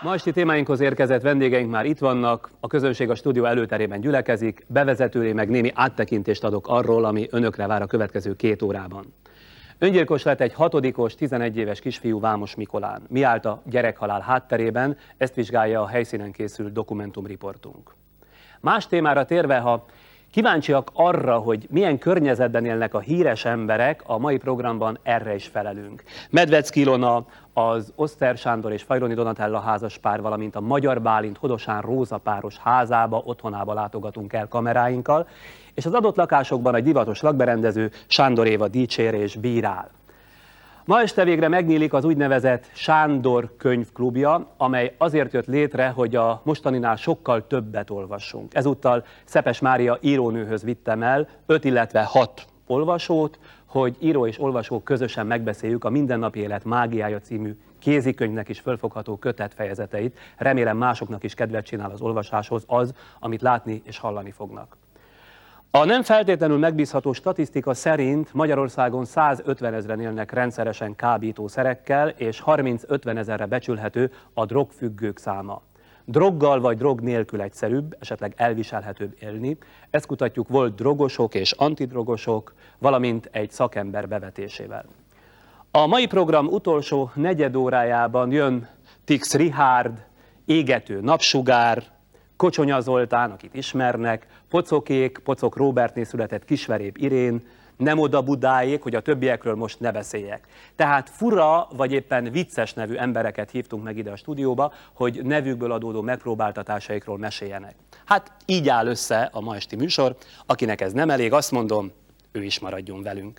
Ma esti témáinkhoz érkezett vendégeink már itt vannak, a közönség a stúdió előterében gyülekezik, bevezetőre meg némi áttekintést adok arról, ami önökre vár a következő 2 órában. Öngyilkos lett egy 6-os, 11 éves kisfiú Vámos Mikolán. Mi állt a gyerekhalál hátterében, ezt vizsgálja a helyszínen készült dokumentumriportunk. Más témára térve, ha kíváncsiak arra, hogy milyen környezetben élnek a híres emberek, a mai programban erre is felelünk. Medvecki Ilona, az Oszter Sándor és Fajroni Donatella házaspár, valamint a Magyar Bálint Hodosán Róza páros házába, otthonába látogatunk el kameráinkkal, és az adott lakásokban egy divatos lakberendező Sándor Éva dicsér és bírál. Ma este végre megnyílik az úgynevezett Sándor könyvklubja, amely azért jött létre, hogy a mostaninál sokkal többet olvassunk. Ezúttal Szepes Mária írónőhöz vittem el 5, illetve 6 olvasót, hogy író és olvasó közösen megbeszéljük a Mindennapi Élet mágiája című kézikönyvnek is fölfogható kötetfejezeteit. Remélem másoknak is kedvet csinál az olvasáshoz az, amit látni és hallani fognak. A nem feltétlenül megbízható statisztika szerint Magyarországon 150 000-en élnek rendszeresen kábítószerekkel, és 30-50 000-re becsülhető a drogfüggők száma. Droggal vagy drog nélkül egyszerűbb, esetleg elviselhetőbb élni. Ezt kutatjuk volt drogosok és antidrogosok, valamint egy szakember bevetésével. A mai program utolsó negyedórájában jön Tix Richárd, Égető napsugár, Kocsonya Zoltán, akit ismernek, Pocokék, Pocok Róbertnél született Kisverép Irén, Nem oda Budáék, hogy a többiekről most ne beszéljek. Tehát fura vagy éppen vicces nevű embereket hívtunk meg ide a stúdióba, hogy nevükből adódó megpróbáltatásaikról meséljenek. Hát így áll össze a ma esti műsor. Akinek ez nem elég, azt mondom, ő is maradjon velünk.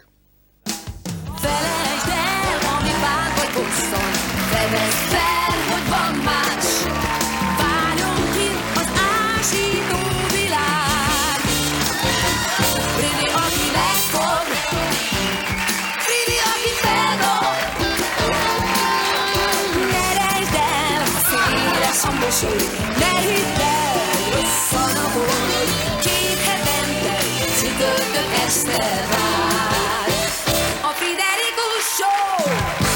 Felejtsd el, ami bár vagy bosszon, fedezd fel, hogy van más. Várjon ki az ásító világ. Frivi, aki megfog, Frivi, aki feldob. Ne rejtsd el, ha széles a mosoly, ne hidd el, rossz a napod. 2 hetente, csütörtök este vár. A Friderikus Show!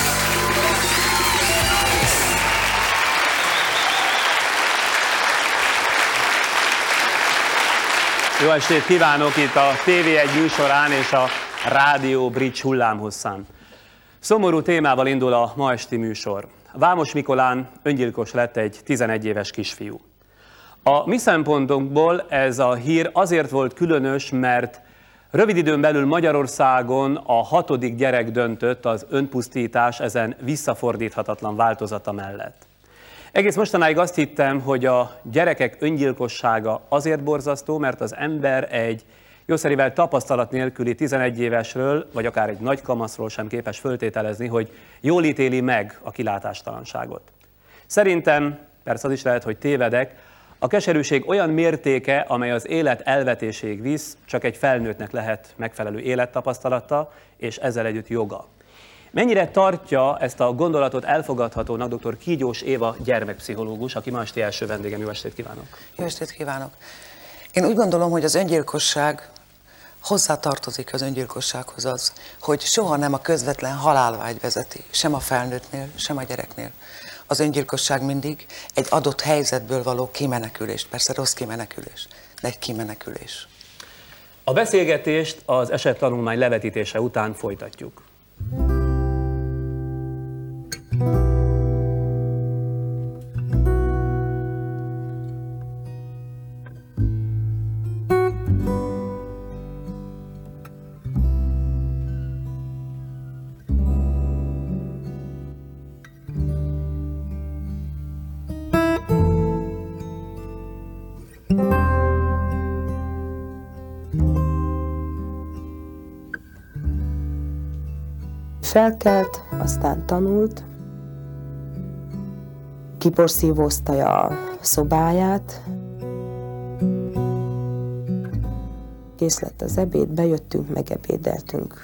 Jó estét kívánok itt a TV1 műsorán és a Rádió Bridge hullámhosszán. Szomorú témával indul a ma esti műsor. Vámos Mikolán öngyilkos lett egy 11 éves kisfiú. A mi szempontunkból ez a hír azért volt különös, mert rövid időn belül Magyarországon a 6. gyerek döntött az önpusztítás ezen visszafordíthatatlan változata mellett. Egész mostanáig azt hittem, hogy a gyerekek öngyilkossága azért borzasztó, mert az ember egy jószerivel tapasztalat nélküli 11 évesről, vagy akár egy nagy kamaszról sem képes föltételezni, hogy jól ítéli meg a kilátástalanságot. Szerintem, persze az is lehet, hogy tévedek, a keserűség olyan mértéke, amely az élet elvetéséig visz, csak egy felnőttnek lehet megfelelő élettapasztalata, és ezzel együtt joga. Mennyire tartja ezt a gondolatot elfogadhatónak dr. Kígyós Éva gyermekpszichológus, aki ma esti első vendégem. Jó estét kívánok! Jó estét kívánok! Én úgy gondolom, hogy az öngyilkosság hozzátartozik az öngyilkossághoz az, hogy soha nem a közvetlen halálvágy vezeti, sem a felnőttnél, sem a gyereknél. Az öngyilkosság mindig egy adott helyzetből való kimenekülés, persze rossz kimenekülés, de egy kimenekülés. A beszélgetést az esettanulmány levetítése után folytatjuk. Felkelt, aztán tanult, kiporszívózta a szobáját, kész lett az ebéd, bejöttünk, megebédeltünk.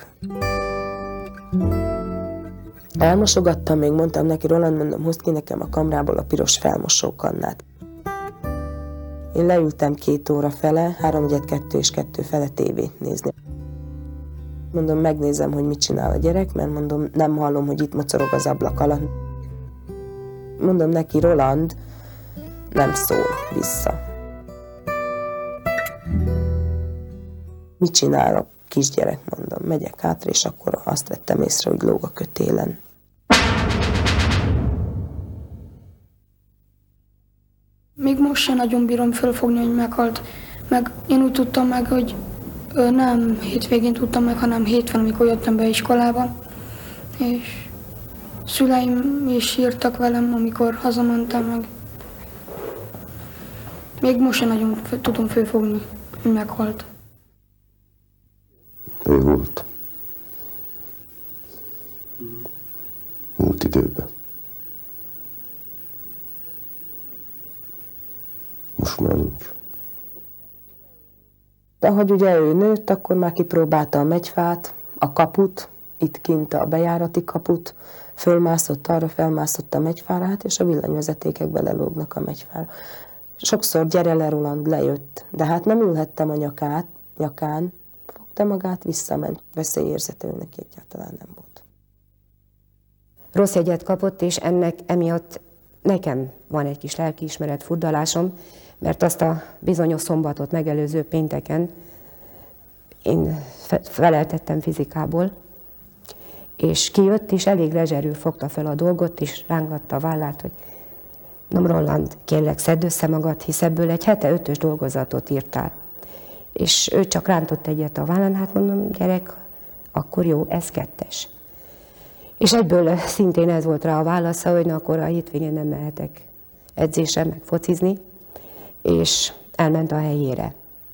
Elmosogattam, még mondtam neki, Roland, mondom, hozd ki nekem a kamrából a piros felmosókannát. Én leültem 2 óra fele, 3-2 és 2 fele tévét nézni. Mondom, megnézem, hogy mit csinál a gyerek, mert mondom, nem hallom, hogy itt mocorog az ablak alatt. Mondom neki, Roland nem szól vissza. Mit csinál a kisgyerek, mondom. Megyek hátra, és akkor azt vettem észre, hogy lóg a kötélen. Még most sem nagyon bírom fölfogni, hogy meghalt. Meg én úgy tudtam meg, hogy nem hétvégén tudtam meg, hanem hétfőn, amikor jöttem be iskolába. És szüleim is sírtak velem, amikor hazamentem meg. Még most sem nagyon tudom fölfogni, hogy meghalt. Ő volt. Múlt időben. Most már nincs. De ahogy ugye ő nőtt, akkor már kipróbálta a megyfát, a kaput, itt kint a bejárati kaput, fölmászott arra, felmászott a megyfára, hát és a villanyvezetékek belelógnak a megyfára. Sokszor gyere le, Roland, lejött, de hát nem ülhettem a nyakán, fogta magát, visszament, veszélyérzete neki egyáltalán nem volt. Rossz jegyet kapott, és ennek emiatt nekem van egy kis lelkiismeret furdalásom, mert azt a bizonyos szombatot megelőző pénteken én feleltettem fizikából, és kijött, és elég lezserül fogta fel a dolgot, és rángatta a vállát, hogy nem, Roland, kérlek, szedd össze magad, hisz ebből egy hete 5-ös dolgozatot írtál. És ő csak rántott egyet a vállán, hát mondom, gyerek, akkor jó, ez 2-es. És egyből szintén ez volt rá a válasza, hogy na, akkor a hétvégén nem mehetek edzésre, meg focizni, és elment a helyére.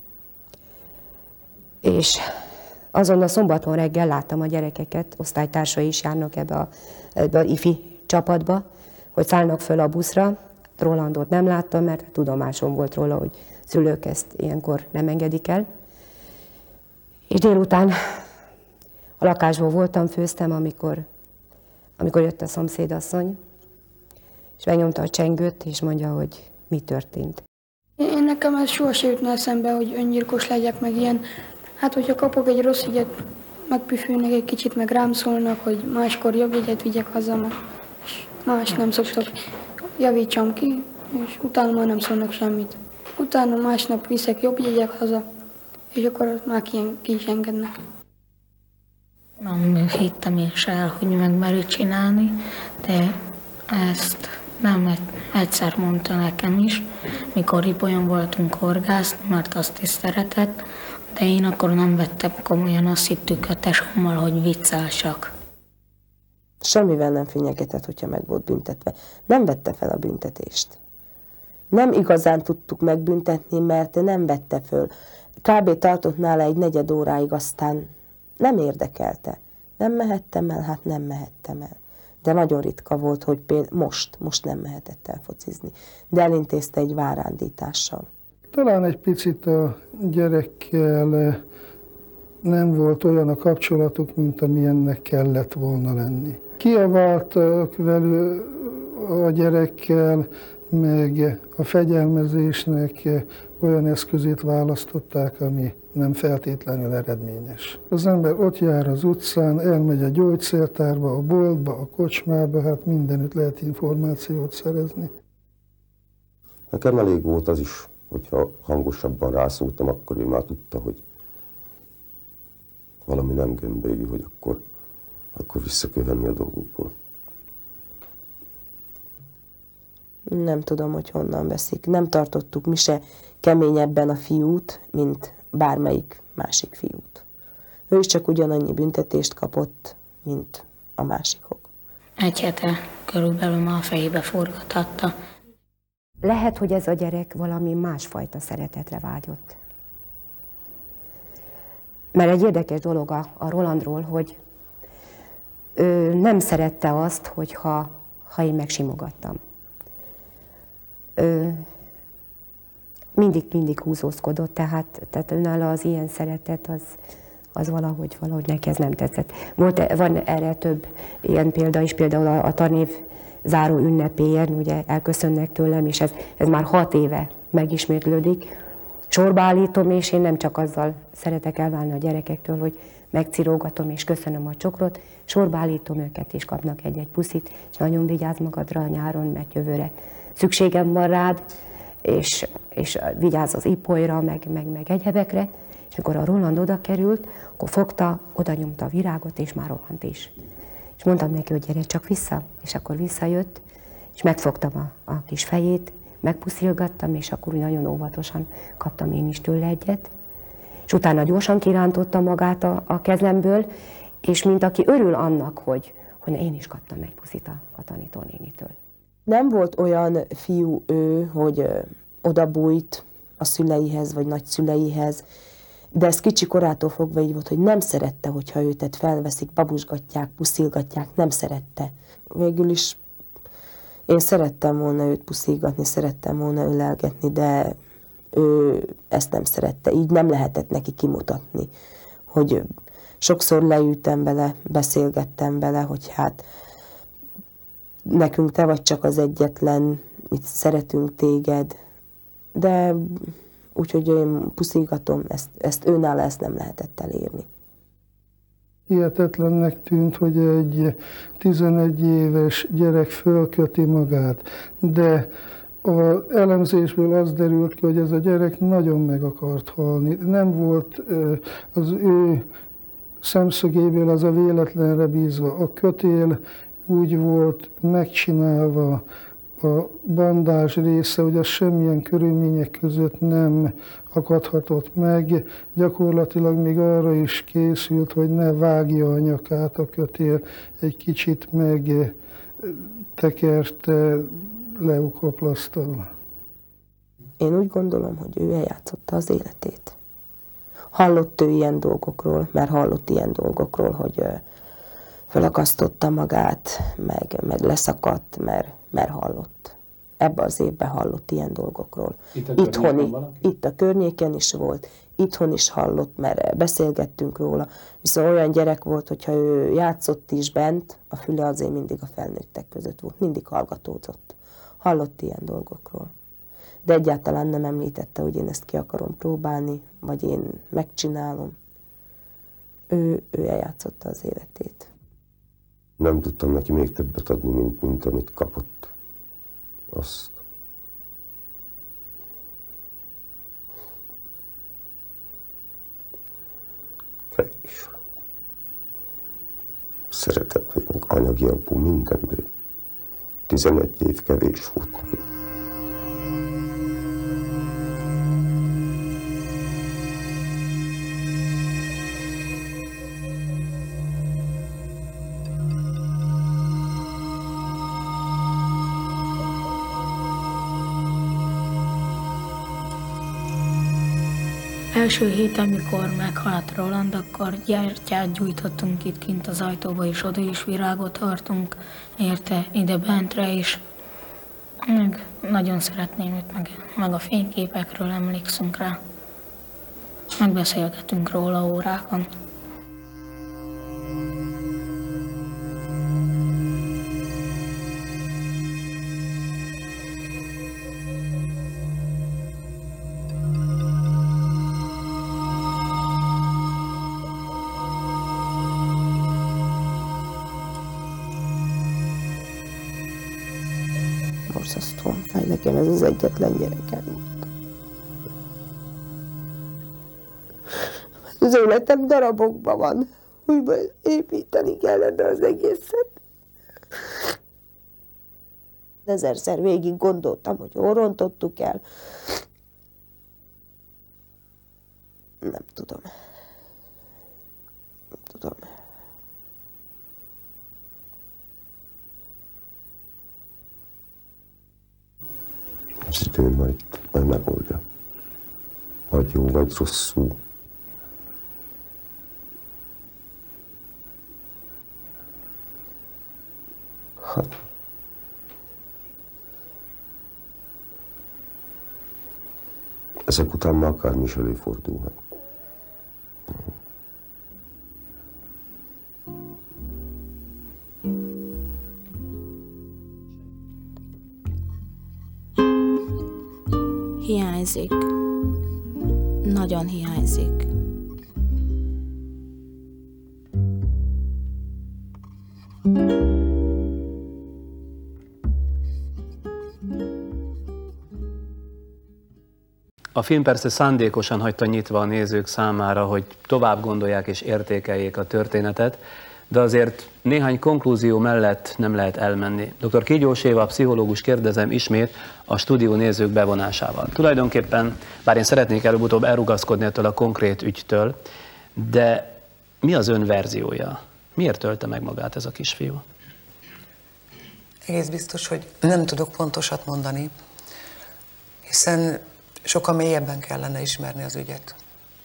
És azon a szombaton reggel láttam a gyerekeket, osztálytársai is járnak ebbe a ifi csapatba, hogy szállnak föl a buszra. Rolandot nem láttam, mert tudomásom volt róla, hogy szülők ezt ilyenkor nem engedik el. És délután a lakásból voltam, főztem, amikor jött a szomszédasszony, és megnyomta a csengőt, és mondja, hogy mi történt. Én nekem ez sohasem jutna eszembe, hogy öngyilkos legyek, meg ilyen. Hát, hogyha kapok egy rossz jegyet, megpüfülnek egy kicsit, meg rám szólnak, hogy máskor jobb jegyet vigyek haza, és más nem szoktak, javítsam ki, és utána már nem szólnak semmit. Utána másnap viszek jobb jegyek haza, és akkor már ki is engednek. Nem hittem is el, hogy megmeri csinálni, de ezt nem egyszer mondta nekem is, mikor Ibolyon voltunk horgászni, mert azt is szeretett, de én akkor nem vettem komolyan, azt hittük a tesómmal, hogy viccelsak. Semmivel nem fenyegetett, hogyha meg volt büntetve. Nem vette fel a büntetést. Nem igazán tudtuk megbüntetni, mert nem vette föl. Kb. Tartott nála egy 4 óráig, aztán nem érdekelte. Nem mehettem el, hát nem mehettem el. De nagyon ritka volt, hogy például most nem mehetett el focizni. De elintézte egy várándítással. Talán egy picit a gyerekkel nem volt olyan a kapcsolatuk, mint amilyennek kellett volna lenni. Kiabáltak velük a gyerekkel, meg a fegyelmezésnek olyan eszközét választották, ami nem feltétlenül eredményes. Az ember ott jár az utcán, elmegy a gyógyszertárba, a boltba, a kocsmába, hát mindenütt lehet információt szerezni. Nekem elég volt az is, hogyha hangosabban rászóltam, akkor ő már tudta, hogy valami nem gömbölyű, hogy akkor vissza kell venni a dolgokból. Nem tudom, hogy honnan veszik. Nem tartottuk mi se keményebben a fiút, mint bármelyik másik fiút. Ő is csak ugyanannyi büntetést kapott, mint a másikok. Egy hete körülbelül már a fejébe forgathatta. Lehet, hogy ez a gyerek valami másfajta szeretetre vágyott. Mert egy érdekes dolog a Rolandról, hogy ő nem szerette azt, hogyha én megsimogattam. Mindig húzózkodott, tehát nála az ilyen szeretet, az valahogy neki ez nem tetszett. Van erre több ilyen példa is, például a tanév záró ünnepélyen, ugye elköszönnek tőlem, és ez már 6 éve megismétlődik. Sorba állítom, és én nem csak azzal szeretek elválni a gyerekektől, hogy megcirógatom és köszönöm a csokrot, sorba állítom őket és kapnak egy-egy puszit, és nagyon vigyázz magadra a nyáron, mert jövőre szükségem van rád, és vigyázz az ipolyra, meg egyebekre. És mikor a Roland oda került, akkor fogta, oda nyomta a virágot, és már rohant is. És mondtam neki, hogy gyere csak vissza, és akkor visszajött, és megfogtam a kis fejét, megpuszilgattam, és akkor úgy nagyon óvatosan kaptam én is tőle egyet. És utána gyorsan kirántotta magát a kezemből, és mint aki örül annak, hogy én is kaptam egy puszit a tanítónénitől. Nem volt olyan fiú ő, hogy odabújt a szüleihez, vagy nagyszüleihez, de ez kicsi korától fogva így volt, hogy nem szerette, hogyha őt felveszik, babusgatják, puszilgatják, nem szerette. Végül is én szerettem volna őt puszilgatni, szerettem volna ölelgetni, de ő ezt nem szerette, így nem lehetett neki kimutatni, hogy sokszor leültem vele, beszélgettem vele, hogy hát nekünk te vagy csak az egyetlen, mit szeretünk téged, de úgyhogy én puszilgatom, ezt őnála ezt nem lehetett elérni. Hihetetlennek tűnt, hogy egy 11 éves gyerek fölköti magát, de az elemzésből az derült ki, hogy ez a gyerek nagyon meg akart halni. Nem volt az ő szemszögéből az a véletlenre bízva. A kötél úgy volt megcsinálva, a bandázs része, hogy az semmilyen körülmények között nem akadhatott meg. Gyakorlatilag még arra is készült, hogy ne vágja a nyakát a kötél, egy kicsit megtekerte leukoplasztal. Én úgy gondolom, hogy ő eljátszotta az életét. Hallott ő ilyen dolgokról, mert hallott ilyen dolgokról, hogy felakasztotta magát, meg leszakadt, mert hallott. Ebben az évben hallott ilyen dolgokról. Itt a környéken is volt, itthon is hallott, mert beszélgettünk róla. Viszont olyan gyerek volt, hogyha ő játszott is bent, a füle azért mindig a felnőttek között volt, mindig hallgatózott. Hallott ilyen dolgokról. De egyáltalán nem említette, hogy én ezt ki akarom próbálni, vagy én megcsinálom. Ő eljátszotta az életét. Nem tudtam neki még többet adni, mint amit kapott. Azt. Kevés. Szeretetből, meg anyagiakból, mindenből. 11 év kevés volt neki. Első héten, mikor meghalt Roland, akkor gyertyát gyújtottunk itt kint az ajtóba, és oda is virágot tartunk érte ide bentre is. Meg nagyon szeretném őt, meg a fényképekről emlékszünk rá. Megbeszélgetünk róla órákon. Borzasztó. Nekem ez az egyetlen gyerekem. Az életem darabokban van. Újra építeni kellene az egészet. Ezerszer végig gondoltam, hogy hol rontottuk el. Nem tudom. Nem tudom. Az idő majd megoldja. Vagy jó, vagy rosszul. Hát. Ezek után már akármi is előfordulhat. Hiányzik. Nagyon hiányzik. A film persze szándékosan hagyta nyitva a nézők számára, hogy tovább gondolják és értékeljék a történetet, de azért néhány konklúzió mellett nem lehet elmenni. Dr. Kígyós Éva, pszichológus kérdezem ismét a stúdió nézők bevonásával. Tulajdonképpen, bár én szeretnék előbb-utóbb elrugaszkodni ettől a konkrét ügytől, de mi az ön verziója? Miért tölte meg magát ez a kisfiú? Egész biztos, hogy nem tudok pontosat mondani, hiszen sokkal mélyebben kellene ismerni az ügyet.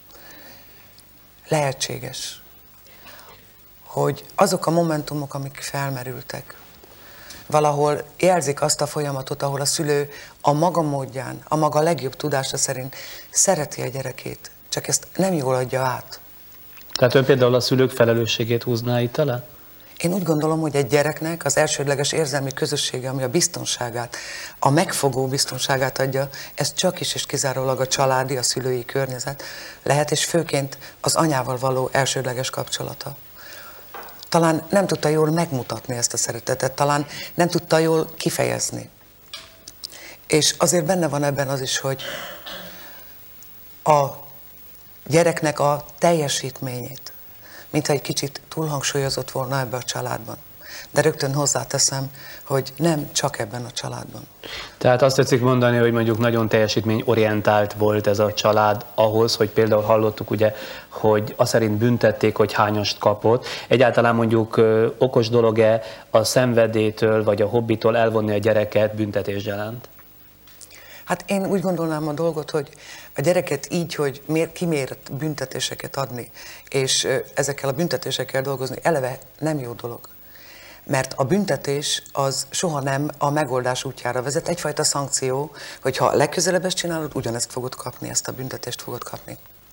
Lehetséges, hogy azok a momentumok, amik felmerültek, valahol jelzik azt a folyamatot, ahol a szülő a maga módján, a maga legjobb tudása szerint szereti a gyerekét, csak ezt nem jól adja át. Tehát ön például a szülők felelősségét húzná itt alá? Én úgy gondolom, hogy egy gyereknek az elsődleges érzelmi közössége, ami a biztonságát, a megfogó biztonságát adja, ez csak is és kizárólag a családi, a szülői környezet lehet, és főként az anyával való elsődleges kapcsolata. Talán nem tudta jól megmutatni ezt a szeretetet, talán nem tudta jól kifejezni. És azért benne van ebben az is, hogy a gyereknek a teljesítményét, mintha egy kicsit túlhangsúlyozott volna ebbe a családban. De rögtön hozzáteszem, hogy nem csak ebben a családban. Tehát azt tetszik mondani, hogy mondjuk nagyon teljesítményorientált volt ez a család ahhoz, hogy például hallottuk ugye, hogy azt szerint büntették, hogy hányast kapott. Egyáltalán mondjuk okos dolog-e a szenvedélytől vagy a hobbitól elvonni a gyereket büntetés jelent? Hát én úgy gondolnám a dolgot, hogy a gyereket így, hogy kimért büntetéseket adni, és ezekkel a büntetésekkel dolgozni, eleve nem jó dolog. Mert a büntetés az soha nem a megoldás útjára vezet. Egyfajta szankció, hogyha legközelebb ezt csinálod, ugyanezt fogod kapni, ezt a büntetést fogod kapni.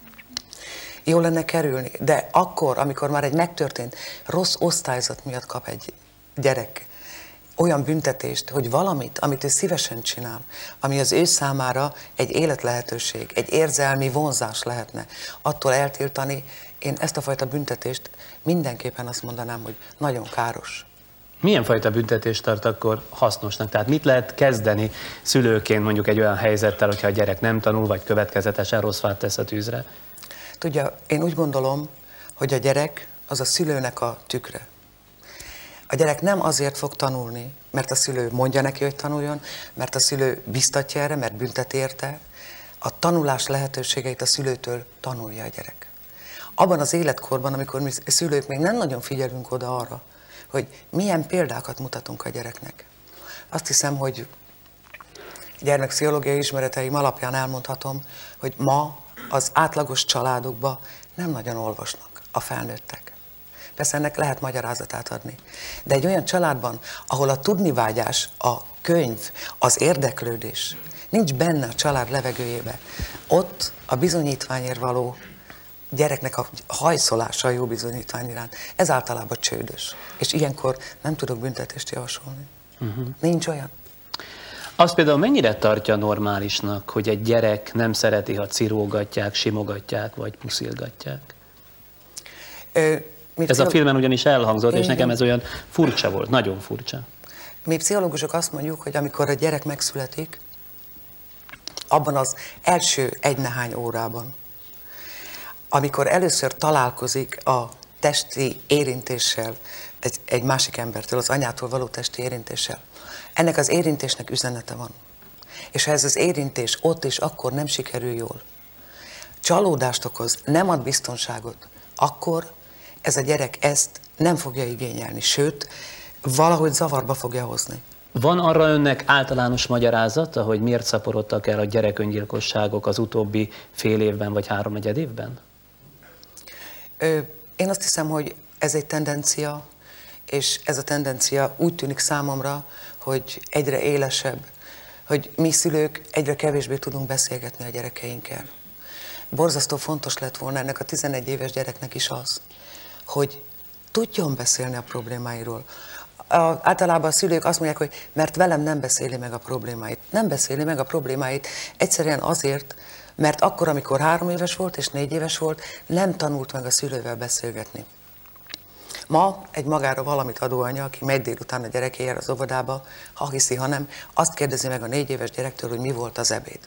Jó lenne kerülni, de akkor, amikor már egy megtörtént rossz osztályzat miatt kap egy gyerek olyan büntetést, hogy valamit, amit ő szívesen csinál, ami az ő számára egy életlehetőség, egy érzelmi vonzás lehetne, attól eltiltani, én ezt a fajta büntetést mindenképpen azt mondanám, hogy nagyon káros. Milyen fajta büntetést tart akkor hasznosnak? Tehát mit lehet kezdeni szülőként mondjuk egy olyan helyzettel, hogyha a gyerek nem tanul, vagy következetesen rossz fát tesz a tűzre? Tudja, én úgy gondolom, hogy a gyerek az a szülőnek a tükre. A gyerek nem azért fog tanulni, mert a szülő mondja neki, hogy tanuljon, mert a szülő biztatja erre, mert büntet érte. A tanulás lehetőségeit a szülőtől tanulja a gyerek. Abban az életkorban, amikor mi szülők még nem nagyon figyelünk oda arra, hogy milyen példákat mutatunk a gyereknek. Azt hiszem, hogy gyermekpszichológiai ismereteim alapján elmondhatom, hogy ma az átlagos családokban nem nagyon olvasnak a felnőttek. Persze ennek lehet magyarázatát adni. De egy olyan családban, ahol a tudnivágyás, a könyv, az érdeklődés nincs benne a család levegőjébe, ott a bizonyítványért való gyereknek a hajszolása a jó bizonyítvány iránt, ez általában csődös. És ilyenkor nem tudok büntetést javasolni. Nincs olyan. Azt például mennyire tartja normálisnak, hogy egy gyerek nem szereti, ha cirógatják, simogatják, vagy puszilgatják? Ez a filmen ugyanis elhangzott, és nekem ez olyan furcsa volt, nagyon furcsa. Mi pszichológusok azt mondjuk, hogy amikor a gyerek megszületik, abban az első egy-nehány órában, amikor először találkozik a testi érintéssel, egy másik embertől, az anyától való testi érintéssel, ennek az érintésnek üzenete van. És ha ez az érintés ott és akkor nem sikerül jól, csalódást okoz, nem ad biztonságot, akkor ez a gyerek ezt nem fogja igényelni, sőt, valahogy zavarba fogja hozni. Van arra önnek általános magyarázata, hogy miért szaporodtak el a gyereköngyilkosságok az utóbbi fél évben vagy 3-4 évben? Én azt hiszem, hogy ez egy tendencia, és ez a tendencia úgy tűnik számomra, hogy egyre élesebb, hogy mi szülők egyre kevésbé tudunk beszélgetni a gyerekeinkkel. Borzasztó fontos lett volna ennek a 11 éves gyereknek is az, hogy tudjon beszélni a problémáiról. Általában a szülők azt mondják, hogy mert velem nem beszéli meg a problémáit. Nem beszéli meg a problémáit egyszerűen azért, mert akkor, amikor 3 éves volt és 4 éves volt, nem tanult meg a szülővel beszélgetni. Ma egy magára valamit adó anya, aki megy délután a gyerekéjel az óvodába, ha hiszi, ha nem, azt kérdezi meg a 4 éves gyerektől, hogy mi volt az ebéd.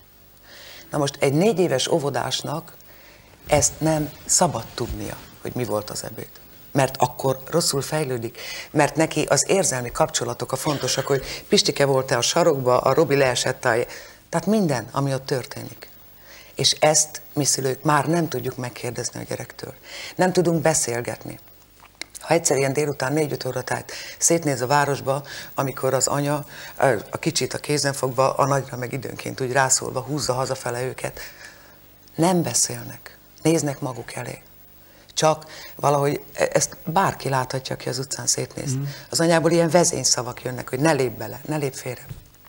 Na most egy 4 éves óvodásnak ezt nem szabad tudnia, hogy mi volt az ebéd. Mert akkor rosszul fejlődik, mert neki az érzelmi kapcsolatok a fontosak, hogy Pistike volt-e a sarokba, a Robi leesett tehát minden, ami ott történik. És ezt mi szülők már nem tudjuk megkérdezni a gyerektől. Nem tudunk beszélgetni. Ha egyszer ilyen délután 4-5 óra tájt szétnéz a városba, amikor az anya a kicsit a kézen fogva, a nagyra meg időnként úgy rászólva húzza hazafele őket, nem beszélnek, néznek maguk elé. Csak valahogy ezt bárki láthatja, aki az utcán szétnéz. Az anyából ilyen vezényszavak jönnek, hogy ne lépj bele, ne lépj félre.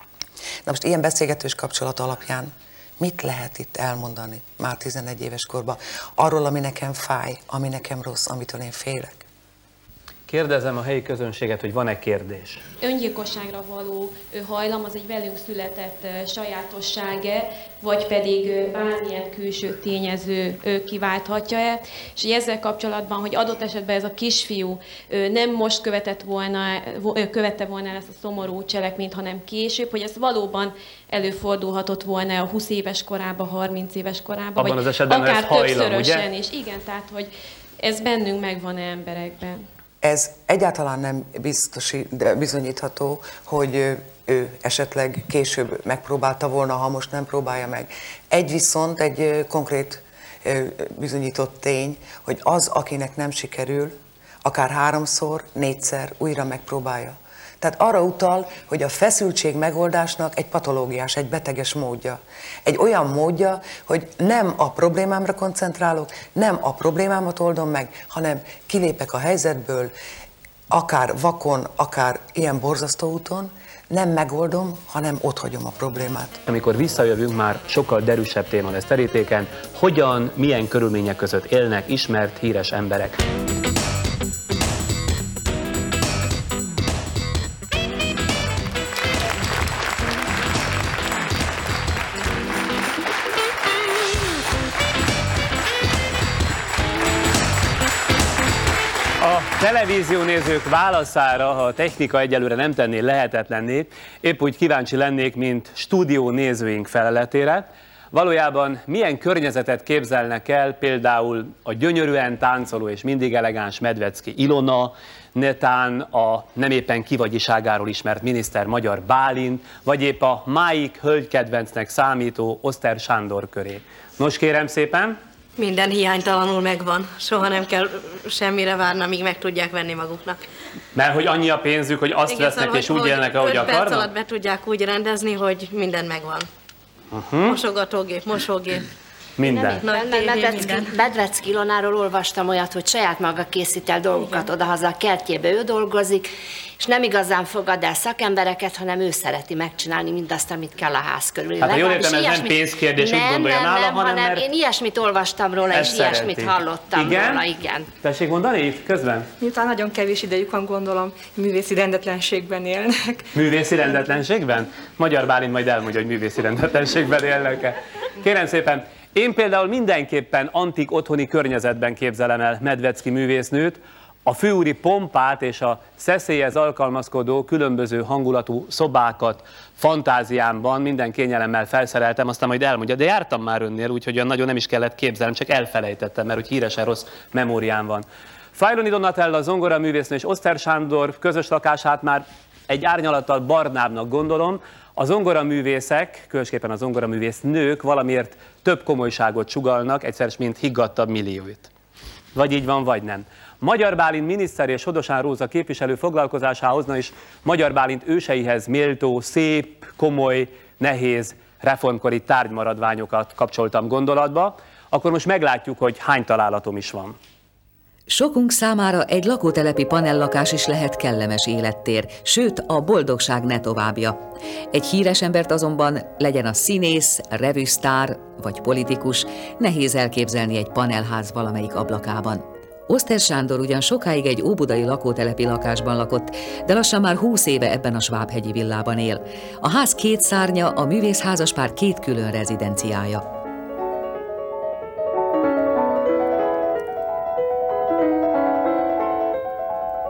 Na most ilyen beszélgetős kapcsolat alapján mit lehet itt elmondani már 11 éves korban arról, ami nekem fáj, ami nekem rossz, amitől én félek? Kérdezem a helyi közönséget, hogy van-e kérdés? Öngyilkosságra való hajlam az egy velünk született sajátossága, vagy pedig bármilyen külső tényező kiválthatja-e. És ezzel kapcsolatban, hogy adott esetben ez a kisfiú nem most követte volna el ezt a szomorú cselekményt, hanem később, hogy ez valóban előfordulhatott volna a 20 éves korában, 30 éves korában, abban vagy az esetben akár ez hajlam, többszörösen ugye? is. Igen, tehát hogy ez bennünk megvan-e emberekben. Ez egyáltalán nem bizonyítható, hogy ő esetleg később megpróbálta volna, ha most nem próbálja meg. Viszont egy konkrét bizonyított tény, hogy az, akinek nem sikerül, akár 3-szor, 4-szer újra megpróbálja. Tehát arra utal, hogy a feszültség megoldásnak egy patológiás, egy beteges módja. Egy olyan módja, hogy nem a problémámra koncentrálok, nem a problémámat oldom meg, hanem kilépek a helyzetből, akár vakon, akár ilyen borzasztó úton, nem megoldom, hanem otthagyom a problémát. Amikor visszajövünk, már sokkal derűsebb téma lesz terítéken, hogyan, milyen körülmények között élnek ismert, híres emberek. A televíziónézők válaszára, ha a technika egyelőre nem tenné lehetetlenné, épp úgy kíváncsi lennék, mint stúdió nézőink feleletére. Valójában milyen környezetet képzelnek el például a gyönyörűen táncoló és mindig elegáns Medvecki Ilona, netán a nem éppen kivagyiságáról ismert miniszter Magyar Bálint, vagy épp a máig hölgykedvencnek számító Oszter Sándor köré. Nos kérem szépen! Minden hiánytalanul megvan. Soha nem kell semmire várni, amíg meg tudják venni maguknak. Mert hogy annyi a pénzük, hogy azt vesznek szóval, és úgy élnek, ahogy akarnak? 5 perc alatt be tudják úgy rendezni, hogy minden megvan. Mosogatógép, mosógép. Minden. Medvecki Ilonáról olvastam olyat, hogy saját maga készít el dolgokat odahaza a kertjébe, ő dolgozik, és nem igazán fogad el szakembereket, hanem ő szereti megcsinálni mindazt, amit kell a ház körül. Hát ha jól értem, ez nem pénzkérdés, úgy gondolja nálam, hanem mert... én ilyesmit olvastam róla, és ilyesmit hallottam róla, igen. Tessék mondani itt közben? Miután nagyon kevés idejük van, gondolom, művészi rendetlenségben élnek. Művészi rendetlenségben? Magyar Bálint majd elmondja, hogy művészi rendetlenségben élnek-e. Kérem szépen, én például mindenképpen antik otthoni környezetben képzelem el Medvecki művésznőt, a főúri pompát és a szeszélyhez alkalmazkodó különböző hangulatú szobákat fantáziámban minden kényelemmel felszereltem, aztán majd elmondja, de jártam már önnél, úgyhogy olyan nagyon nem is kellett képzelnem, csak elfelejtettem, mert úgy híresen rossz memóriám van. Fajloni Donatella zongoraművésznő és Oszter Sándor közös lakását már egy árnyalattal barnábbnak gondolom. A zongoraművészek, különösképpen a zongoraművész nők valamiért több komolyságot sugallnak, egyszer mint higgadtabb millióit. Vagy így van, vagy nem. Magyar Bálint miniszter és Hodosán Róza képviselő foglalkozásához, na és Magyar Bálint őseihez méltó, szép, komoly, nehéz, reformkori tárgymaradványokat kapcsoltam gondolatba, akkor most meglátjuk, hogy hány találatom is van. Sokunk számára egy lakótelepi panellakás is lehet kellemes élettér, sőt a boldogság ne továbbja. Egy híres embert azonban, legyen a színész, revűsztár vagy politikus, nehéz elképzelni egy panelház valamelyik ablakában. Oszter Sándor ugyan sokáig egy óbudai lakótelepi lakásban lakott, de lassan már 20 éve ebben a svábhegyi villában él. A ház 2 szárnya, a művészházaspár 2 külön rezidenciája.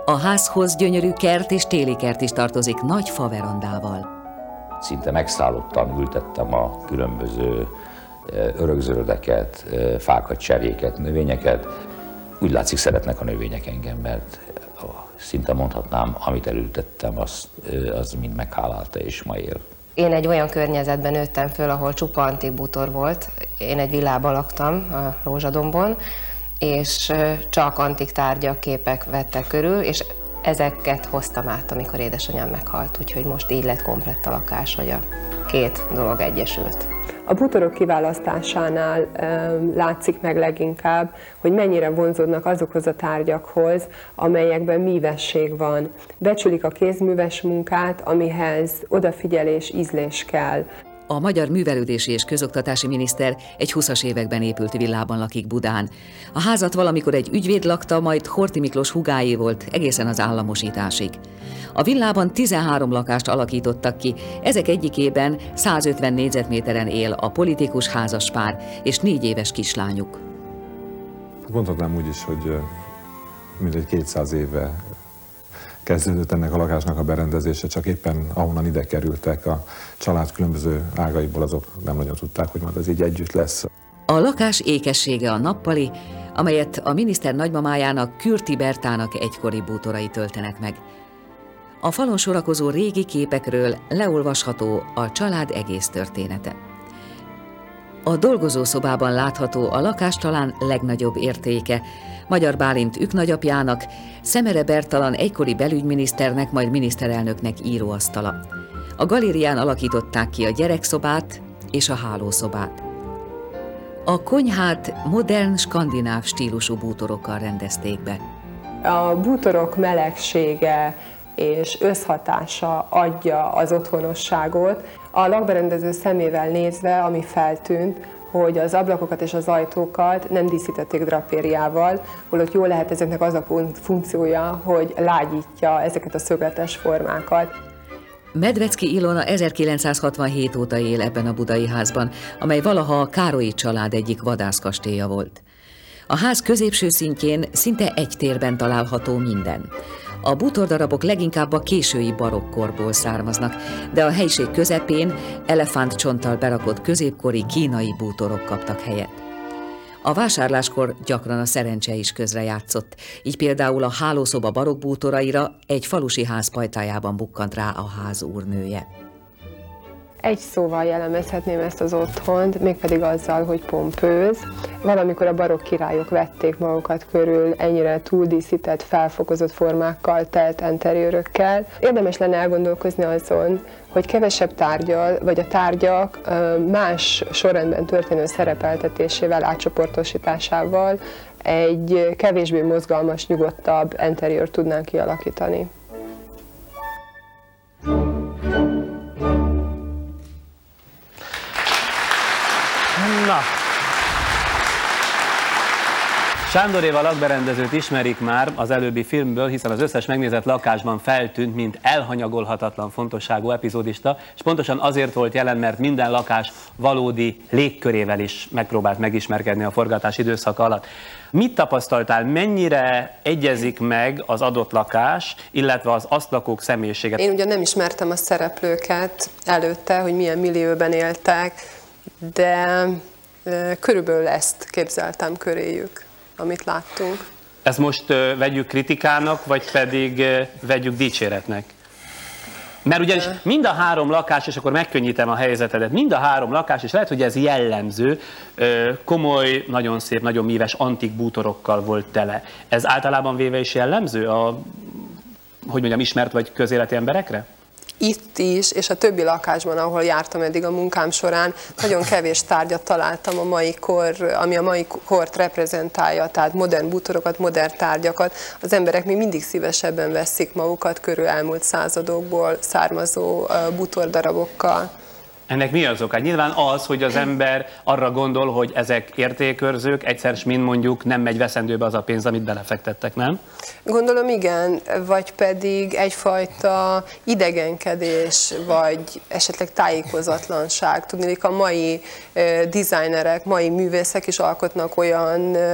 A házhoz gyönyörű kert és téli kert is tartozik nagy faverandával. Szinte megszállottan ültettem a különböző örökzöldeket, fákat, cserjéket, növényeket. Úgy látszik, szeretnek a növények engem, mert szinte mondhatnám, amit elültettem, az mind meghálálta és ma él. Én egy olyan környezetben nőttem föl, ahol csupa antik bútor volt. Én egy villában laktam a Rózsadombon, és csak antik tárgyak, képek vettek körül, és ezeket hoztam át, amikor édesanyám meghalt. Úgyhogy most így lett komplett a lakás, hogy a két dolog egyesült. A bútorok kiválasztásánál látszik meg leginkább, hogy mennyire vonzódnak azokhoz a tárgyakhoz, amelyekben mívesség van. Becsülik a kézműves munkát, amihez odafigyelés, ízlés kell. A magyar művelődési és közoktatási miniszter egy 20-as években épült villában lakik Budán. A házat valamikor egy ügyvéd lakta, majd Horthy Miklós húgáé volt egészen az államosításig. A villában 13 lakást alakítottak ki, ezek egyikében 150 négyzetméteren él a politikus házaspár és 4 éves kislányuk. Mondhatnám úgy is, hogy mindegy 200 éve kezdődött ennek a lakásnak a berendezése, csak éppen ahonnan ide kerültek a család különböző ágaiból, azok nem nagyon tudták, hogy majd ez így együtt lesz. A lakás ékessége a nappali, amelyet a miniszter nagymamájának, Kürti Bertának egykori bútorai töltenek meg. A falon sorakozó régi képekről leolvasható a család egész története. A dolgozószobában látható a lakás talán legnagyobb értéke, Magyar Bálint üknagyapjának, Szemere Bertalan egykori belügyminiszternek, majd miniszterelnöknek íróasztala. A galérián alakították ki a gyerekszobát és a hálószobát. A konyhát modern, skandináv stílusú bútorokkal rendezték be. A bútorok melegsége és összhatása adja az otthonosságot. A lakberendező szemével nézve, ami feltűnt, hogy az ablakokat és az ajtókat nem díszítették drapériával, holott jól lehet ezeknek az a funkciója, hogy lágyítja ezeket a szögletes formákat. Medvecki Ilona 1967 óta él ebben a budai házban, amely valaha a Károlyi család egyik vadászkastélya volt. A ház középső szintjén szinte egy térben található minden. A bútordarabok leginkább a késői barokkorból származnak, de a helyiség közepén elefántcsonttal berakott középkori kínai bútorok kaptak helyet. A vásárláskor gyakran a szerencse is közrejátszott, így például a hálószoba barokk bútoraira egy falusi ház pajtájában bukkant rá a ház úrnője. Egy szóval jellemezhetném ezt az otthont, mégpedig azzal, hogy pompőz. Valamikor a barokk királyok vették magukat körül ennyire túldíszített, felfokozott formákkal telt enteriőrökkel. Érdemes lenne elgondolkozni azon, hogy kevesebb tárgyal, vagy a tárgyak más sorrendben történő szerepeltetésével, átcsoportosításával egy kevésbé mozgalmas, nyugodtabb enteriőrt tudnánk kialakítani. Na! Sándoréva lakberendezőt ismerik már az előbbi filmből, hiszen az összes megnézett lakásban feltűnt, mint elhanyagolhatatlan fontosságú epizódista, és pontosan azért volt jelen, mert minden lakás valódi légkörével is megpróbált megismerkedni a forgatás időszaka alatt. Mit tapasztaltál, mennyire egyezik meg az adott lakás, illetve az azt lakók személyiséget? Én ugyan nem ismertem a szereplőket előtte, hogy milyen millióben éltek, de körülbelül ezt képzeltem köréjük, amit láttunk. Ezt most vegyük kritikának, vagy pedig vegyük dicséretnek? Mert ugyanis mind a 3 lakás, és akkor megkönnyítem a helyzetedet, mind a 3 lakás, és lehet, hogy ez jellemző, komoly, nagyon szép, nagyon míves antik bútorokkal volt tele. Ez általában véve is jellemző a, hogy mondjam, ismert vagy közéleti emberekre? Itt is, és a többi lakásban, ahol jártam eddig a munkám során, nagyon kevés tárgyat találtam, ami a mai kort reprezentálja, tehát modern bútorokat, modern tárgyakat. Az emberek még mindig szívesebben veszik magukat körül elmúlt századokból származó bútordarabokkal. Ennek mi az oka? Nyilván az, hogy az ember arra gondol, hogy ezek értékőrzők, egyszer mind mondjuk nem megy veszendőbe az a pénz, amit belefektettek, nem? Gondolom igen, vagy pedig egyfajta idegenkedés, vagy esetleg tájékozatlanság. Tudniillik, a mai designerek, mai művészek is alkotnak olyan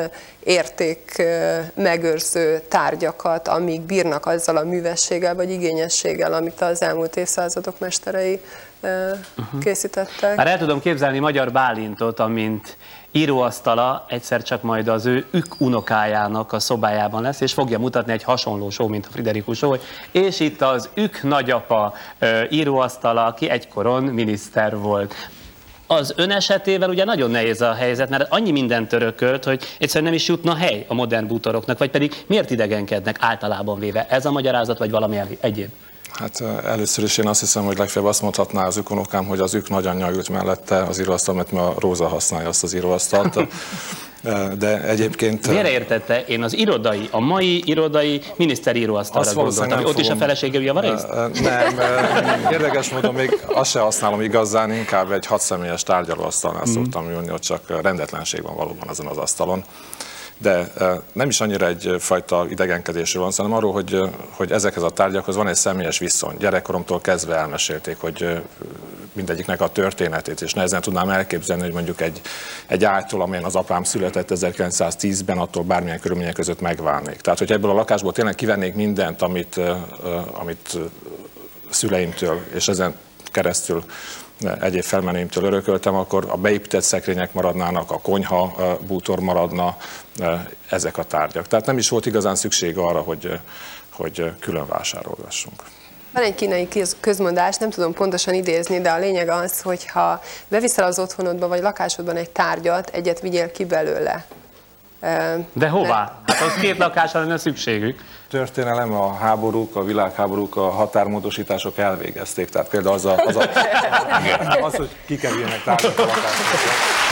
érték megőrző tárgyakat, amíg bírnak azzal a művességgel vagy igényességgel, amit az elmúlt évszázadok mesterei készítettek. Már el tudom képzelni Magyar Bálintot, amint íróasztala egyszer csak majd az ő unokájának a szobájában lesz, és fogja mutatni egy hasonló show, mint a Friderikus show, és itt az nagyapa íróasztala, aki egykoron miniszter volt. Az ön esetével ugye nagyon nehéz a helyzet, mert annyi mindent örökölt, hogy egyszerűen nem is jutna hely a modern bútoroknak, vagy pedig miért idegenkednek általában véve? Ez a magyarázat, vagy valami egyéb? Hát először is én azt hiszem, hogy legfeljebb azt mondhatná az unokám, hogy az nagyanyja ült mellette az íróasztal, mert ma Róza használja azt az íróasztalt. De egyébként... Félreértette, én az irodai, a mai irodai miniszter íróasztalra gondoltam. Ott is a felesége javarészt? Nem, érdekes módon még azt se használom igazán, inkább egy 6 személyes tárgyalóasztalnál szoktam ülni, ott csak rendetlenség van valóban azon az asztalon. De nem is annyira egyfajta idegenkedésről van, hanem arról, hogy ezekhez a tárgyakhoz van egy személyes viszony. Gyerekkoromtól kezdve elmesélték, hogy mindegyiknek a történetét, és nehezen tudnám elképzelni, hogy mondjuk egy ágytól, amelyen az apám született 1910-ben, attól bármilyen körülmények között megválnék. Tehát, hogy ebből a lakásból tényleg kivennék mindent, amit szüleimtől és ezen keresztül egyéb felmenőimtől örököltem, akkor a beépített szekrények maradnának, a konyha bútor maradna, ezek a tárgyak. Tehát nem is volt igazán szükség arra, hogy külön vásárolgassunk. Van egy kínai közmondás, nem tudom pontosan idézni, de a lényeg az, hogy ha beviszel az otthonodba vagy lakásodban egy tárgyat, egyet vigyél ki belőle. De hová? Hát az 2 lakásra lenne szükségük. Történelem, a háborúk, a világháborúk, a határmódosítások elvégezték. Tehát például az hogy kikerüljenek tárgyak a lakásokra.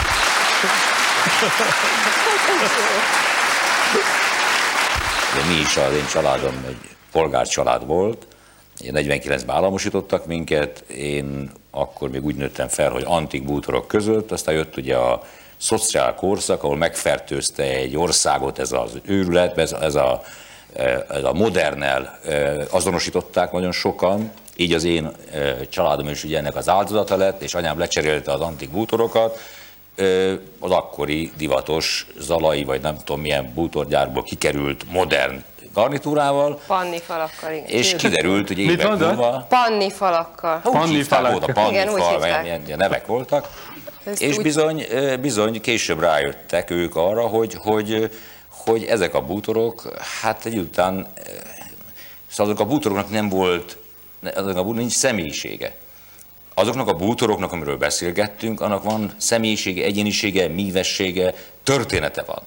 Mi is, az én családom egy polgárcsalád volt. 49-ben államosítottak minket, én akkor még úgy nőttem fel, hogy antik bútorok között, aztán jött ugye a szociál korszak, ahol megfertőzte egy országot ez az őrület, ez a modernel azonosították nagyon sokan, így az én családom is ugye ennek az áldozata lett, és anyám lecserélte az antik bútorokat, az akkori divatos zalai, vagy nem tudom milyen bútorgyárból kikerült modern garnitúrával. Pannifalakkal, igen. És kiderült, hogy évek múlva... Pannifalakkal. Pannifal, igen, ilyen nevek voltak. És bizony később rájöttek ők arra, hogy ezek a bútorok, hát egy után, szóval azok a bútoroknak nem volt, nincs személyisége. Azoknak a bútoroknak, amiről beszélgettünk, annak van személyisége, egyénisége, mívessége, története van.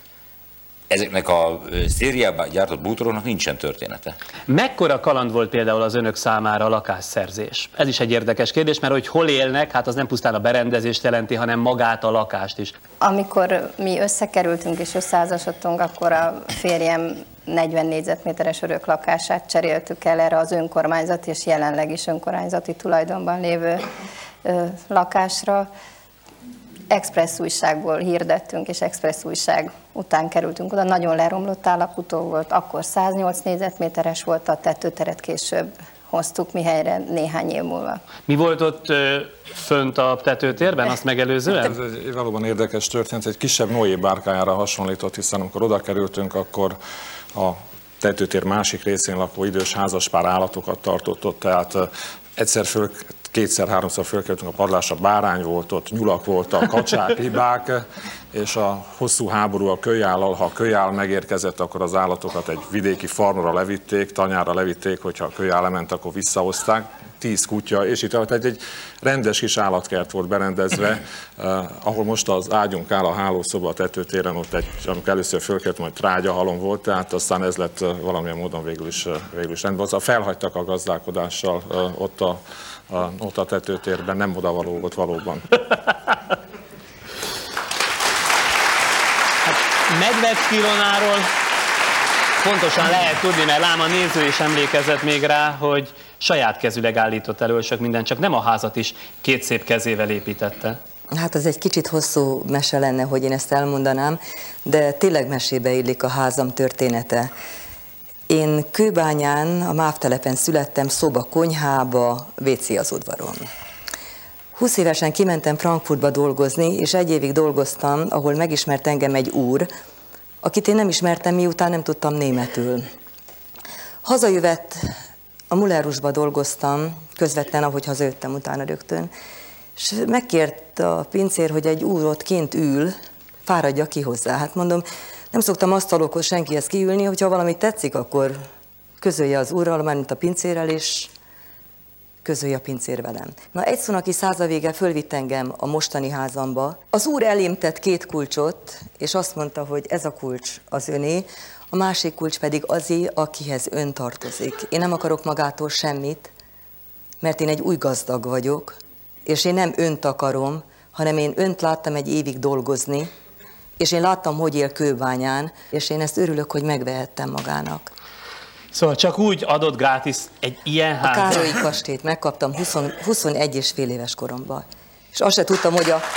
Ezeknek a szériában gyártott bútoroknak nincsen története. Mekkora kaland volt például az önök számára a lakásszerzés? Ez is egy érdekes kérdés, mert hogy hol élnek, hát az nem pusztán a berendezést jelenti, hanem magát a lakást is. Amikor mi összekerültünk és összeházasodtunk, akkor a férjem 40 négyzetméteres örök lakását cseréltük el erre az önkormányzati és jelenleg is önkormányzati tulajdonban lévő lakásra. Express újságból hirdettünk, és Express újság után kerültünk oda. Nagyon leromlott állapotú volt, akkor 108 négyzetméteres volt, a tetőteret később hoztuk mi helyre néhány év múlva. Mi volt ott fönt a tetőtérben, azt megelőzően? Ez egy valóban érdekes történet, egy kisebb Noé bárkájára hasonlított, hiszen amikor oda kerültünk, akkor a tetőtér másik részén lakó idős házaspár állatokat tartott ott, tehát kétszer-háromszor fölkerültünk a padlásra, bárány volt ott, nyulak voltak, kacsák, libák, és a hosszú háború a kölyállal, ha a kölyáll megérkezett, akkor az állatokat egy vidéki farmra levitték, tanyára levitték, hogyha a kölyáll lement, akkor visszahozták. 10 kutya, és itt egy rendes kis állatkert volt berendezve, ahol most az ágyunk áll, a hálószoba a tetőtéren, ott amikor először fölkerültem, hogy trágyahalom volt, tehát aztán ez lett valamilyen módon végül is rendben. Szóval felhagytak a gazdálkodással ott a tetőtérben, nem odavaló volt valóban. Medvecki Ilonáról pontosan lehet tudni, mert lám a néző is emlékezett még rá, hogy saját kezüleg állított elő sok mindent, csak nem a házat is 2 szép kezével építette. Hát az egy kicsit hosszú mese lenne, hogy én ezt elmondanám, de tényleg mesébe illik a házam története. Én Kőbányán, a MÁV telepen születtem, szoba konyhába, WC az udvaron. 20 évesen kimentem Frankfurtba dolgozni, és 1 évig dolgoztam, ahol megismert engem egy úr, akit én nem ismertem, miután nem tudtam németül. Hazajövet, a Mullerusba dolgoztam, közvetlen, ahogy hazajöttem utána rögtön, és megkért a pincér, hogy egy úr ott kint ül, fáradja ki hozzá. Hát mondom, nem szoktam asztalokhoz senkihez kiülni, hogyha valami tetszik, akkor közölje az úrral, mármint a pincérrel, és közölje a pincér velem. Na, egy szónaki száza vége fölvitt engem a mostani házamba. Az úr elém tett 2 kulcsot, és azt mondta, hogy ez a kulcs az öné, a másik kulcs pedig azé, akihez ön tartozik. Én nem akarok magától semmit, mert én egy új gazdag vagyok, és én nem önt akarom, hanem én önt láttam egy évig dolgozni, és én láttam, hogy él Kőbányán, és én ezt örülök, hogy megvehettem magának. Szóval csak úgy adott grátis egy ilyen házat? A Károlyi kastélyt megkaptam 21 és fél éves koromban. És azt se tudtam, hogy a...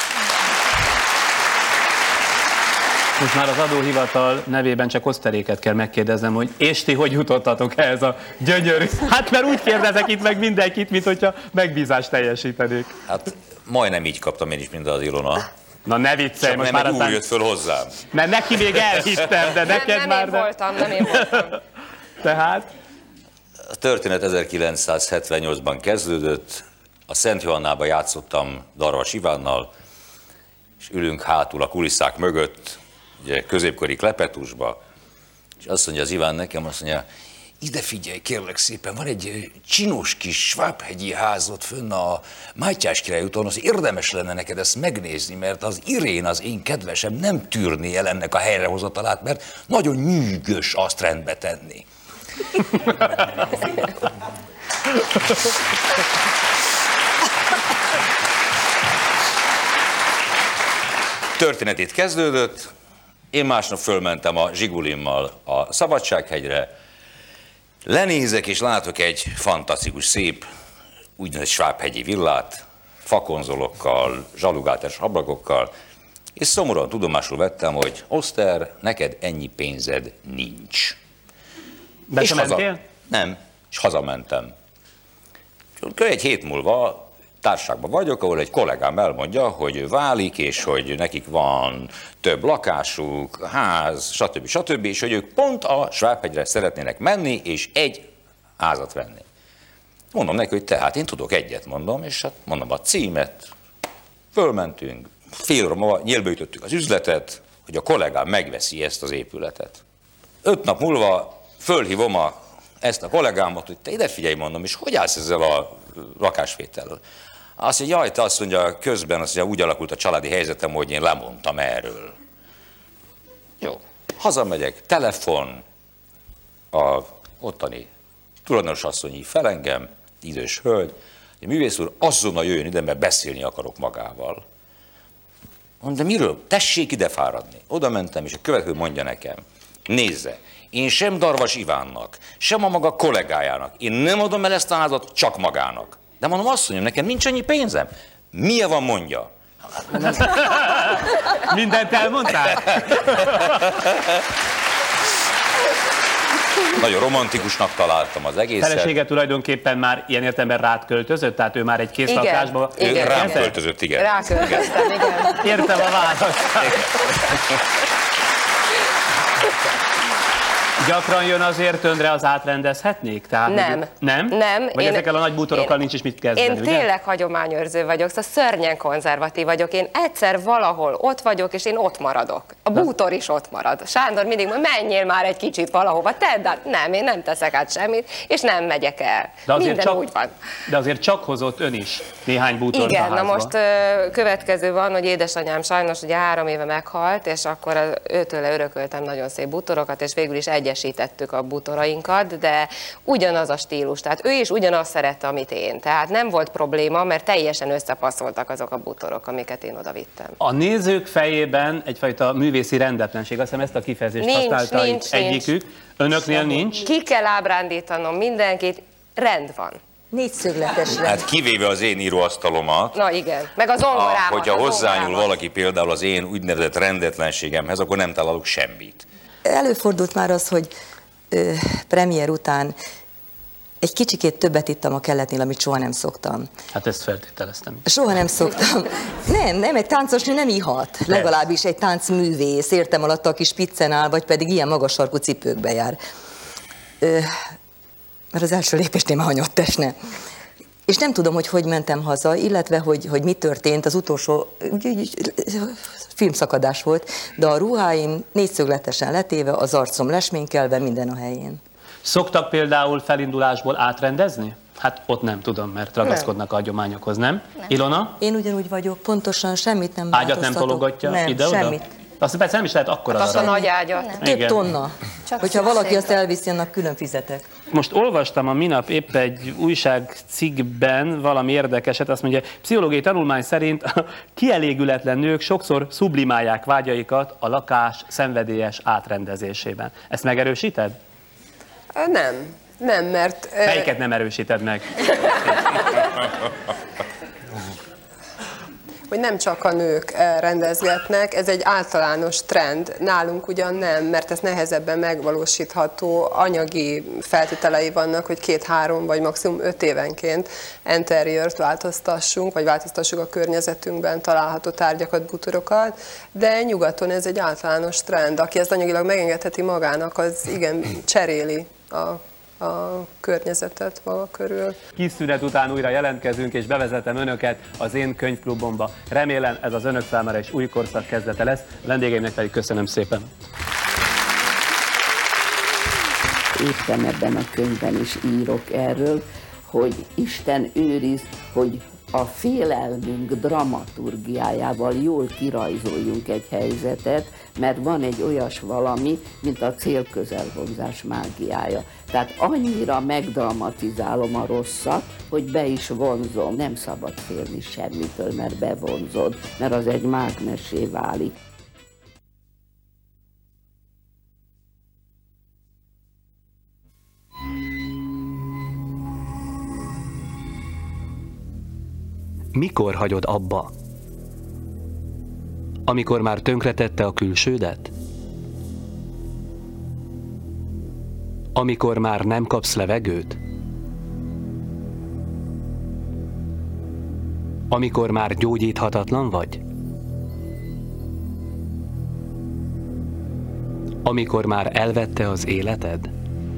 Most már az adóhivatal nevében csak osztaléket kell megkérdeznem, hogy és ti hogy jutottatok ehhez a gyönyörű... Hát mert úgy kérdezek itt meg mindenkit, mint hogyha megbízást teljesítenék. Hát majdnem így kaptam én is, mint az Ilona. Na ne viccelj, most már aztán... jött föl hozzám. Mert neki még elhittem, de neked nem már... Nem én voltam. Tehát? A történet 1978-ban kezdődött, a Szent Johannában játszottam Darvas Ivánnal, és ülünk hátul a kulisszák mögött, ugye középkori klepetusba, és azt mondja az Iván nekem, azt mondja, ide figyelj, kérlek szépen, van egy csinos kis svábhegyi házod fönn a Mátyás király úton, az érdemes lenne neked ezt megnézni, mert az Irén, az én kedvesem, nem tűrné el ennek a helyrehozatalát, mert nagyon nyűgös azt rendbe tenni. Történetét kezdődött, én másnap fölmentem a Zsigulimmal a Szabadsághegyre, lenézek és látok egy fantasztikus, szép, úgynevezett svábhegyi villát, fakonzolokkal, zsalugátes ablakokkal, és szomorúan tudomásul vettem, hogy Oszter, neked ennyi pénzed nincs. És nem, és hazamentem. Egy hét múlva társaságban vagyok, ahol egy kollégám elmondja, hogy ő válik, és hogy nekik van több lakásuk, ház, stb. És hogy ők pont a Svábhegyre szeretnének menni, és egy házat venni. Mondom neki, hogy tehát én tudok egyet, mondom, és hát mondom a címet, fölmentünk, fél óra múlva nyílbe ütöttük az üzletet, hogy a kollégám megveszi ezt az épületet. 5 nap múlva fölhívom ezt a kollégámot, hogy te ide figyelj, mondom, és hogy állsz ezzel a lakásvétellel? Azt mondja, jaj, te azt mondja, közben azt mondja, úgy alakult a családi helyzetem, hogy én lemondtam erről. Jó, hazamegyek, telefon, a ottani tulajdonos asszony hív fel engem, idős hölgy, hogy művész úr, azonnal jöjjön ide, mert beszélni akarok magával. Mondom, de miről? Tessék ide fáradni. Oda mentem, és a következő mondja nekem, nézze, én sem Darvas Ivánnak, sem a maga kollégájának, én nem adom el ezt a házat csak magának. De mondom, azt mondjam, nekem nincs annyi pénzem. Milyen van, mondja? Mindent elmondtál? Nagyon romantikusnak találtam az egészet. Felesége tulajdonképpen már ilyen értelemben rád költözött, tehát ő már egy kész lakásba... Igen, rám költözött, igen. Ráköltöztem, igen. Értem a választ. Gyakran jön azért önre az átrendezhetnék? Tehát Nem. Nem? Vagy ezekkel a nagy bútorokkal nincs is mit kezdeni, Én ugye? tényleg hagyományőrző vagyok, szóval szörnyen konzervatív vagyok. Én egyszer valahol ott vagyok, és én ott maradok. A bútor is ott marad. Sándor mindig mondja, menjél már egy kicsit valahova, tedd át. Nem, én nem teszek át semmit, és nem megyek el. Minden úgy van. De azért csak hozott ön is néhány bútort Igen, a házba. na most következő van, hogy édesanyám sajnos ugye 3 éve meghalt, és akkor őtőle örököltem nagyon szép bútorokat, és végül is egyesítettük a bútorainkat, de ugyanaz a stílus, tehát ő is ugyanazt szerette, amit én. Tehát nem volt probléma, mert teljesen összepasszoltak azok a bútorok, amiket én oda vittem. A nézők fejében egyfajta művészi rendetlenség, azt hiszem ezt a kifejezést használta egyikük. Önöknél nincs? Ki kell ábrándítanom mindenkit, rend van. 4-szögletes rend. Hát kivéve az én íróasztalomat, Na igen, meg az zongorámat. hogyha hozzányúl valaki például az én úgynevezett rendetlenségemhez, akkor nem találok semmit. Előfordult már az, hogy premier után egy kicsikét többet ittam a kelletnél, amit soha nem szoktam. Hát ezt feltételeztem. Soha nem szoktam. Nem, egy táncosnő nem ihat. Legalábbis egy táncművész, értem alatt, aki spiccen áll, vagy pedig ilyen magas sarkú cipőkbe jár. Mert az első lépésnél már hanyat esne. És nem tudom, hogy mentem haza, illetve hogy mi történt, az utolsó filmszakadás volt, de a ruháim négyszögletesen letéve, az arcom lesminkelve, minden a helyén. Szoktak például felindulásból átrendezni? Hát ott nem tudom, mert ragaszkodnak a hagyományokhoz, nem? Ilona? Én ugyanúgy vagyok, pontosan semmit nem Ágyat változtatok. nem tologatja Nem, ide-oda? semmit. Azt persze nem is lehet akkora Azt a darab. nagy ágyat. Több tonna. Hogyha valaki azt elviszi, annak külön fizetek. Most olvastam a minap épp egy újságcikkben valami érdekeset, azt mondja, pszichológiai tanulmány szerint a kielégületlen nők sokszor sublimálják vágyaikat a lakás szenvedélyes átrendezésében. Ezt megerősíted? Nem, mert... Melyiket nem erősíted meg? Hogy nem csak a nők rendezgetnek, ez egy általános trend. Nálunk ugyan nem, mert ez nehezebben megvalósítható, anyagi feltételei vannak, hogy 2-3 vagy maximum 5 évenként interiört változtassunk, vagy változtassuk a környezetünkben található tárgyakat, bútorokat, de nyugaton ez egy általános trend. Aki ezt anyagilag megengedheti magának, az igen cseréli a környezetet maga körül. Kis szünet után újra jelentkezünk, és bevezetem önöket az én könyvklubomba. Remélem ez az önök számára is új korszak kezdete lesz. Vendégeimnek pedig köszönöm szépen. Éppen ebben a könyvben is írok erről, hogy Isten őriz, hogy a félelmünk dramaturgiájával jól kirajzoljunk egy helyzetet, mert van egy olyas valami, mint a célközelvonzás mágiája. Tehát annyira megdramatizálom a rosszat, hogy be is vonzom. Nem szabad félni semmitől, mert bevonzod, mert az egy mágnessé válik. Mikor hagyod abba? Amikor már tönkretette a külsődet? Amikor már nem kapsz levegőt? Amikor már gyógyíthatatlan vagy? Amikor már elvette az életed?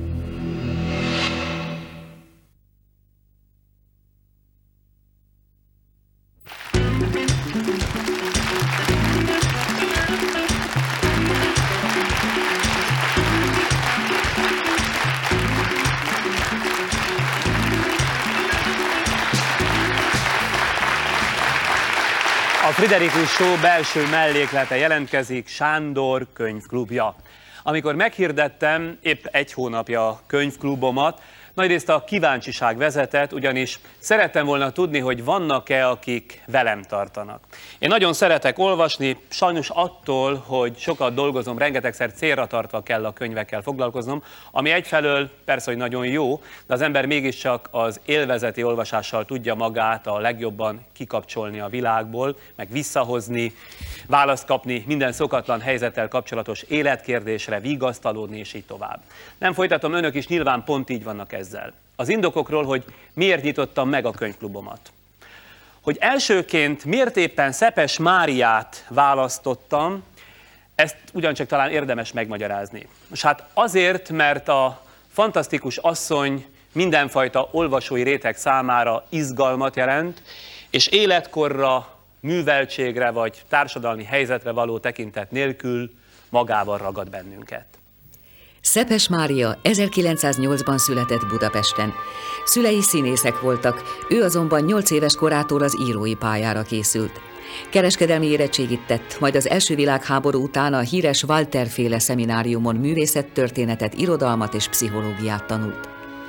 A Friderikus Show belső melléklete jelentkezik, Sándor könyvklubja. Amikor meghirdettem épp 1 hónapja a könyvklubomat, nagyrészt a kíváncsiság vezetett, ugyanis szerettem volna tudni, hogy vannak-e, akik velem tartanak. Én nagyon szeretek olvasni, sajnos attól, hogy sokat dolgozom, rengetegszer célra tartva kell a könyvekkel foglalkoznom, ami egyfelől persze, hogy nagyon jó, de az ember mégiscsak az élvezeti olvasással tudja magát a legjobban kikapcsolni a világból, meg visszahozni, választ kapni minden szokatlan helyzettel kapcsolatos életkérdésre, vigasztalódni és így tovább. Nem folytatom, önök is nyilván pont így vannak ezzel. Az indokokról, hogy miért nyitottam meg a könyvklubomat. Hogy elsőként miért éppen Szepes Máriát választottam, ezt ugyancsak talán érdemes megmagyarázni. Most hát azért, mert a fantasztikus asszony mindenfajta olvasói réteg számára izgalmat jelent, és életkorra, műveltségre vagy társadalmi helyzetre való tekintet nélkül magával ragad bennünket. Szepes Mária 1908-ban született Budapesten. Szülei színészek voltak, ő azonban 8 éves korától az írói pályára készült. Kereskedelmi érettségit tett, majd az első világháború után a híres Walter-féle szemináriumon művészettörténetet, irodalmat és pszichológiát tanult.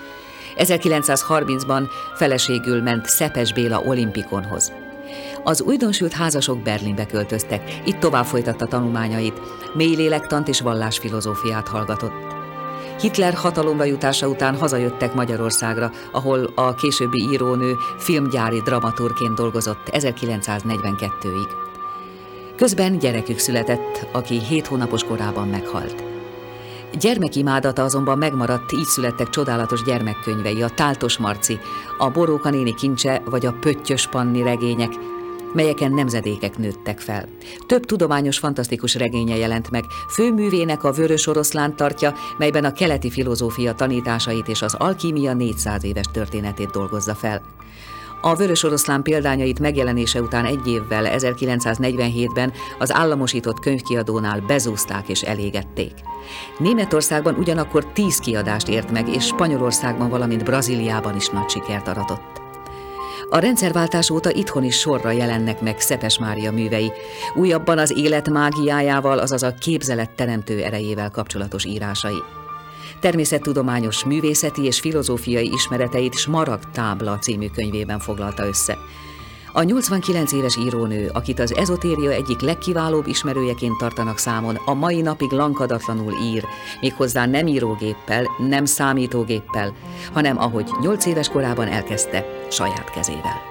1930-ban feleségül ment Szepes Béla olimpikonhoz. Az újdonsült házasok Berlinbe költöztek, itt tovább folytatta tanulmányait, mély lélektant és vallásfilozófiát hallgatott. Hitler hatalomra jutása után hazajöttek Magyarországra, ahol a későbbi írónő filmgyári dramaturgként dolgozott 1942-ig. Közben gyerekük született, aki 7 hónapos korában meghalt. Gyermekimádata azonban megmaradt, így születtek csodálatos gyermekkönyvei, a Táltos Marci, a Boróka néni kincse vagy a Pöttyös Panni regények, melyeken nemzedékek nőttek fel. Több tudományos, fantasztikus regénye jelent meg, főművének a Vörös Oroszlánt tartja, melyben a keleti filozófia tanításait és az alkímia 400 éves történetét dolgozza fel. A Vörös Oroszlán példányait megjelenése után egy évvel, 1947-ben az államosított könyvkiadónál bezúzták és elégették. Németországban ugyanakkor 10 kiadást ért meg, és Spanyolországban, valamint Brazíliában is nagy sikert aratott. A rendszerváltás óta itthon is sorra jelennek meg Szepes Mária művei, újabban az élet mágiájával, azaz a képzelet teremtő erejével kapcsolatos írásai. Természettudományos, művészeti és filozófiai ismereteit Smaragd tábla című könyvében foglalta össze. A 89 éves írónő, akit az ezotéria egyik legkiválóbb ismerőjeként tartanak számon, a mai napig lankadatlanul ír, méghozzá nem írógéppel, nem számítógéppel, hanem ahogy 8 éves korában elkezdte, saját kezével.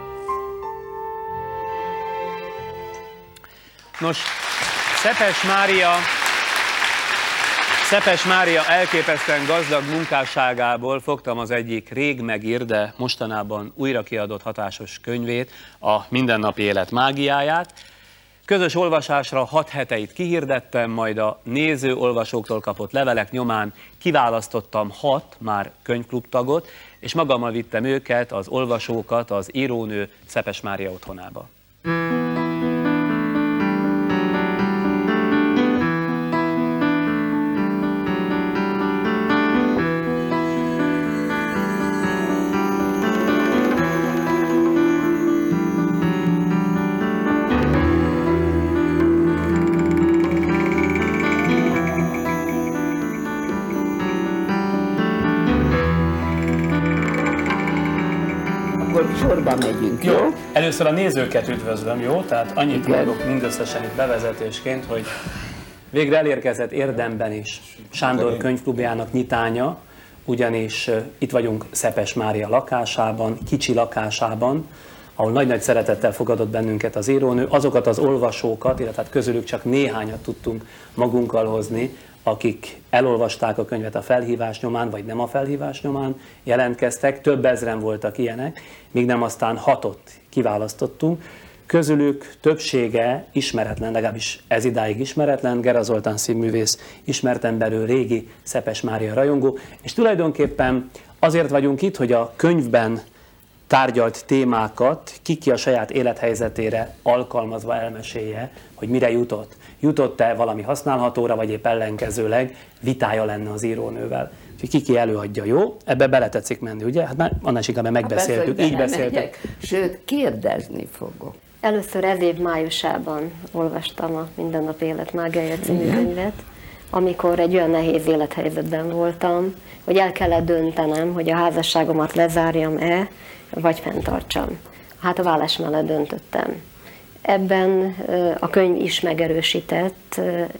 Nos, Szepes Mária elképesztően gazdag munkásságából fogtam az egyik rég megírt, de mostanában újra kiadott hatásos könyvét, a Mindennapi Élet mágiáját. Közös olvasásra 6 heteit kihirdettem, majd a néző olvasóktól kapott levelek nyomán kiválasztottam 6 már könyvklubtagot, és magammal vittem őket, az olvasókat az írónő Szepes Mária otthonába. Sorba megyünk, jó? Először a nézőket üdvözlöm, jó? Tehát annyit mondok mindösszesen itt bevezetésként, hogy végre elérkezett érdemben is Sándor könyvklubjának nyitánya, ugyanis itt vagyunk Szepes Mária lakásában, kicsi lakásában, ahol nagy-nagy szeretettel fogadott bennünket az írónő. Azokat az olvasókat, illetve közülük csak néhányat tudtunk magunkkal hozni, akik elolvasták a könyvet a felhívás nyomán, vagy nem a felhívás nyomán jelentkeztek, több ezren voltak ilyenek, míg nem aztán 6-ot kiválasztottunk. Közülük többsége ismeretlen, legalábbis ez idáig ismeretlen, Gera Zoltán színművész, ismert emberű, régi Szepes Mária rajongó, és tulajdonképpen azért vagyunk itt, hogy a könyvben tárgyalt témákat ki a saját élethelyzetére alkalmazva elmesélje, hogy mire jutott. Jutott-e valami használhatóra, vagy épp ellenkezőleg vitája lenne az írónővel. Úgyhogy ki előadja, jó? Ebbe beletetszik menni, ugye? Hát már annál is inkább megbeszéltük, így beszéltük. Sőt, kérdezni fogok. Először ez év májusában olvastam a Mindennapi Élet mágiája című könyvet, amikor egy olyan nehéz élethelyzetben voltam, hogy el kellett döntenem, hogy a házasságomat lezárjam-e, vagy fenntartsam. Hát a vállás mellett döntöttem. Ebben a könyv is megerősített,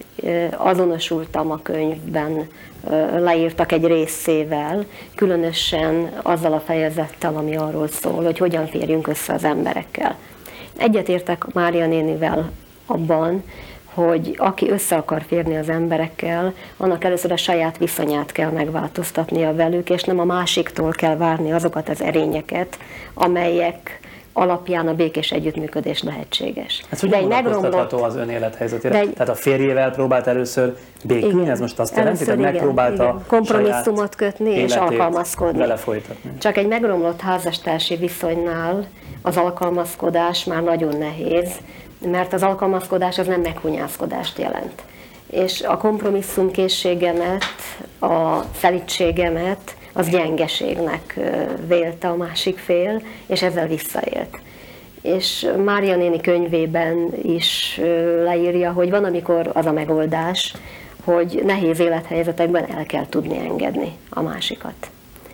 azonosultam a könyvben, leírtak egy részével, különösen azzal a fejezettel, ami arról szól, hogy hogyan férjünk össze az emberekkel. Egyetértek Mária nénivel abban, hogy aki össze akar férni az emberekkel, annak először a saját viszonyát kell megváltoztatnia velük, és nem a másiktól kell várni azokat az erényeket, amelyek alapján a békés együttműködés lehetséges. Ez hogyan vonatkoztatható az ön élethelyzetére? Tehát a férjével próbált először békülni, igen, ez most azt jelenti, hogy megpróbálta kompromisszumot kötni és alkalmazkodni. Vele folytatni. Csak egy megromlott házastársi viszonynál az alkalmazkodás már nagyon nehéz, mert az alkalmazkodás az nem meghunyászkodást jelent. És a kompromisszumkészségemet, a szelídségemet az gyengeségnek vélte a másik fél, és ezzel visszaélt. És Mária néni könyvében is leírja, hogy van, amikor az a megoldás, hogy nehéz élethelyzetekben el kell tudni engedni a másikat.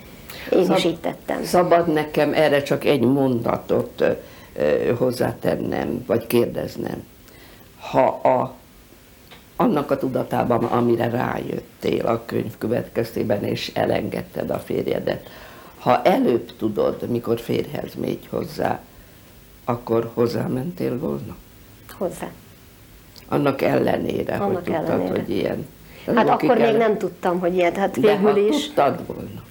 Én is így tettem. Szabad nekem erre csak egy mondatot hozzátennem, vagy kérdeznem. Ha annak a tudatában, amire rájöttél a könyv következtében, és elengedted a férjedet, ha előbb tudod, mikor férjhez mégy hozzá, akkor hozzámentél volna? Hozzá. Annak ellenére, annak hogy tudtad, hogy ilyen. Hát akkor még nem tudtam, hogy ilyet, hát végül is. Tudtad volna.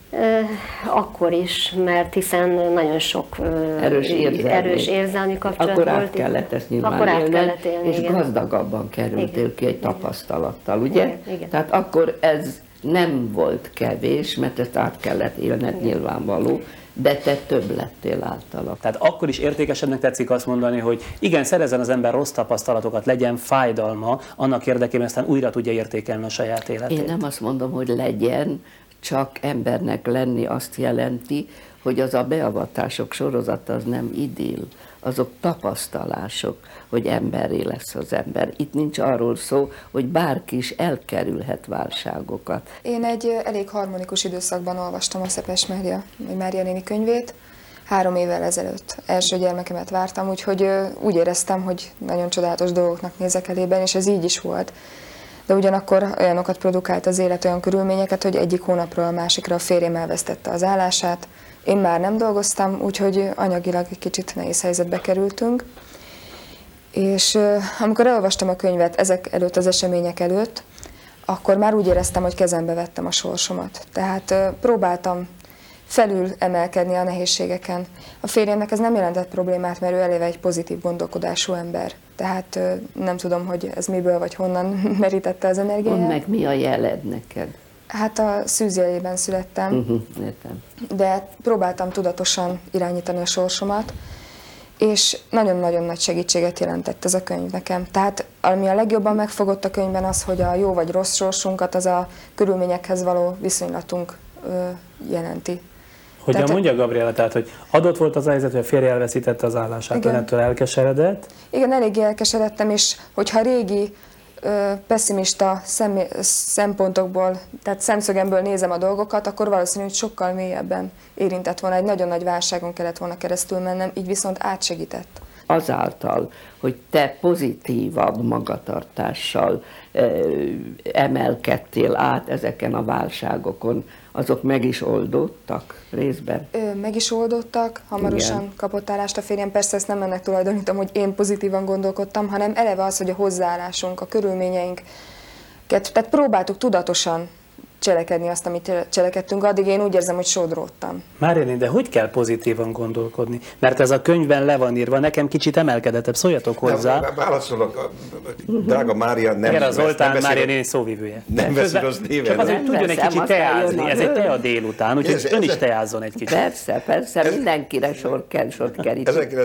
Akkor is, mert hiszen nagyon sok erős érzelmi kapcsolat akkor volt. Át kellett ezt nyilván akkor át élned, kellett élni, és igen. gazdagabban kerültél ki egy tapasztalattal, ugye? Igen, igen. Tehát akkor ez nem volt kevés, mert ezt át kellett élned, nyilvánvaló, de te több lettél általa. Tehát akkor is értékesebbnek tetszik azt mondani, hogy igen, szerezzen az ember rossz tapasztalatokat, legyen fájdalma, annak érdekében aztán újra tudja értékelni a saját életét. Én nem azt mondom, hogy legyen, csak embernek lenni azt jelenti, hogy az a beavatások sorozata az nem idill, azok tapasztalások, hogy emberré lesz az ember. Itt nincs arról szó, hogy bárki is elkerülhet válságokat. Én egy elég harmonikus időszakban olvastam a Szepes Mária néni könyvét, 3 évvel ezelőtt. Első gyermekemet vártam, úgyhogy úgy éreztem, hogy nagyon csodálatos dolgoknak nézek elében, és ez így is volt. De ugyanakkor olyanokat produkált az élet, olyan körülményeket, hogy egyik hónapról a másikra a férjem elvesztette az állását. Én már nem dolgoztam, úgyhogy anyagilag egy kicsit nehéz helyzetbe kerültünk. És amikor elolvastam a könyvet ezek előtt, az események előtt, akkor már úgy éreztem, hogy kezembe vettem a sorsomat. Tehát próbáltam felül emelkedni a nehézségeken. A férjemnek ez nem jelentett problémát, mert ő eleve egy pozitív gondolkodású ember. Tehát nem tudom, hogy ez miből vagy honnan merítette az energiáját. Mondd meg, mi a jeled neked? Hát a szűzjelében születtem, Értem. de próbáltam tudatosan irányítani a sorsomat, és nagyon-nagyon nagy segítséget jelentett ez a könyv nekem. Tehát ami a legjobban megfogott a könyvben az, hogy a jó vagy rossz sorsunkat az a körülményekhez való viszonylatunk jelenti. Hogyan mondja Gabriela, tehát, hogy adott volt az a helyzet, hogy a férje elveszítette az állását, ön ettől elkeseredett? Igen, eléggé elkeseredtem, és hogyha régi pessimista szempontokból, tehát szemszögemből nézem a dolgokat, akkor valószínű, hogy sokkal mélyebben érintett volna, egy nagyon nagy válságon kellett volna keresztül mennem, így viszont átsegített. Azáltal, hogy te pozitívabb magatartással emelkedtél át ezeken a válságokon, azok meg is oldódtak részben? Meg is oldódtak, hamarosan Igen. kapott állást a férjem. Persze ezt nem ennek tulajdonítom, hogy én pozitívan gondolkodtam, hanem eleve az, hogy a hozzáállásunk, a körülményeink, tehát próbáltuk tudatosan cselekedni azt, amit cselekedtünk. Addig én úgy érzem, hogy sodródtam. Mária, de hogy kell pozitívan gondolkodni? Mert ez a könyvben le van írva, nekem kicsit emelkedettebb, szóljatok hozzá. Válaszolok, drága Mária, nem. Igen, az Zoltán Mária néni szóvivője. Nem veszi rossz néven. Csak azért, hogy tudjon egy kicsit teázni, ez egy tea délután, úgyhogy ön is teázzon egy kicsit. Persze, mindenkire sort keríteni.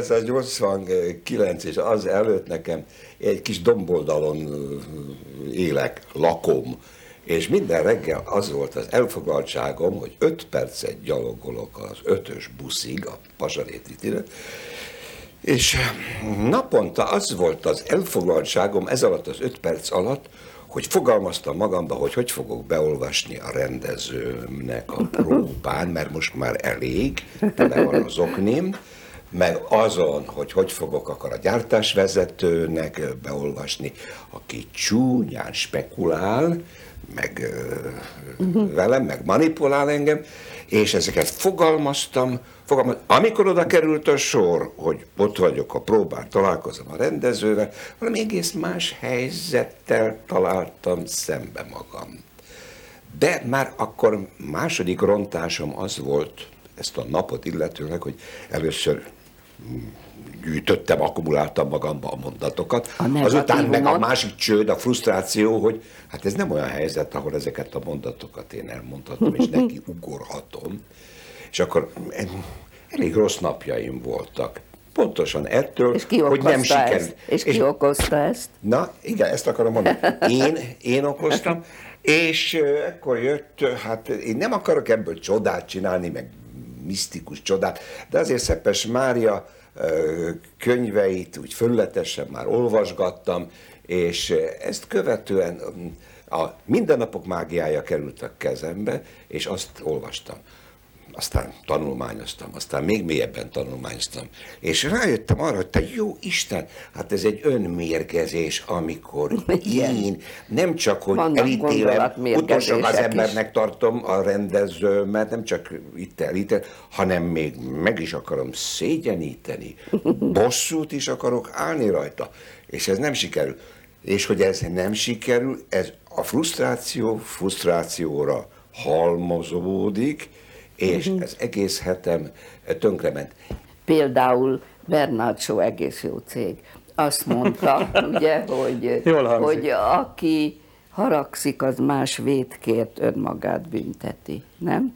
1989 és az előtt nekem egy kis domboldalon élek, lakom, és minden reggel az volt az elfoglaltságom, hogy 5 percet gyalogolok az 5-ös buszig, a Pasarétitire, és naponta az volt az elfoglaltságom ez alatt az 5 perc alatt, hogy fogalmaztam magamba, hogy fogok beolvasni a rendezőmnek a próbán, mert most már elég, tele van az oknim, meg azon, hogy fogok akar a gyártásvezetőnek beolvasni, aki csúnyán spekulál, meg velem, meg manipulál engem, és ezeket fogalmaztam. Amikor oda került a sor, hogy ott vagyok a próbán, találkozom a rendezővel, valami egész más helyzettel találtam szembe magam. De már akkor második rontásom az volt, ezt a napot illetőleg, hogy először gyűjtöttem, akkumuláltam magamba a mondatokat. Azután meg a másik csőd, a frusztráció, hogy hát ez nem olyan helyzet, ahol ezeket a mondatokat én elmondhatom, és neki ugorhatom. És akkor elég rossz napjaim voltak. Pontosan ettől, hogy nem sikerült. És ki okozta ezt? Na, igen, ezt akarom mondani. Én okoztam, és ekkor jött, hát én nem akarok ebből csodát csinálni, meg misztikus csodát, de azért Szepes Mária könyveit úgy fölletesen már olvasgattam, és ezt követően a mindennapok mágiája került a kezembe, és azt olvastam. Aztán tanulmányoztam, aztán még mélyebben tanulmányoztam. És rájöttem arra, hogy te jó Isten, hát ez egy önmérgezés, amikor én nem csak, hogy elítélem, utolsó az embernek tartom a rendezőmet, nem csak itt elítélem, hanem még meg is akarom szégyeníteni, bosszút is akarok állni rajta. És ez nem sikerül. És hogy ez nem sikerül, ez a frusztrációra halmozódik, és ez egész hetem tönkrement. Például Bernard Shaw egész jó cég. Azt mondta, ugye, hogy aki haragszik, az más vétkért önmagát bünteti, nem?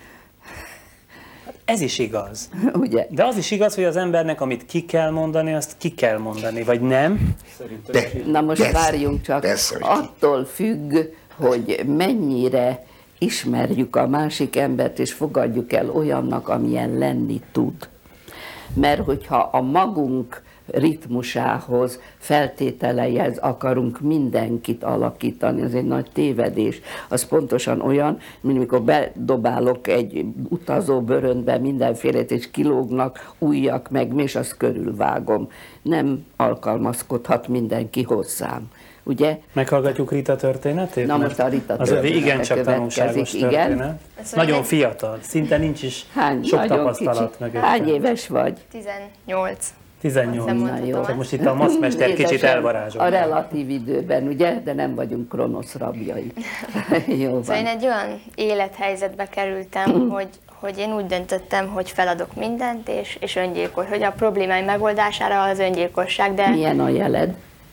Ez is igaz. Ugye? De az is igaz, hogy az embernek, amit ki kell mondani, azt ki kell mondani, vagy nem? Na most várjunk csak, attól függ, hogy mennyire ismerjük a másik embert, és fogadjuk el olyannak, amilyen lenni tud. Mert hogyha a magunk ritmusához, feltételeihez akarunk mindenkit alakítani, az egy nagy tévedés. Az pontosan olyan, mint amikor bedobálok egy utazó bőröntbe mindenfélét, és kilógnak ujjak meg, és azt körülvágom. Nem alkalmazkodhat mindenki hozzám. Ugye? Meghallgatjuk Rita történetét? Na most a Rita története igencsak tanulságos történet. Igen. Nagyon fiatal, szinte nincs is sok tapasztalat mögött. Hány éves vagy? 18. 18. Jó. Most itt a maszmester kicsit elvarázsol. A relatív időben, ugye? De nem vagyunk Kronosz rabjai. Jó van. Szóval én egy olyan élethelyzetbe kerültem, hogy én úgy döntöttem, hogy feladok mindent, és öngyilkos, hogy a problémáim megoldására az öngyilkosság, de... Milyen a jeled?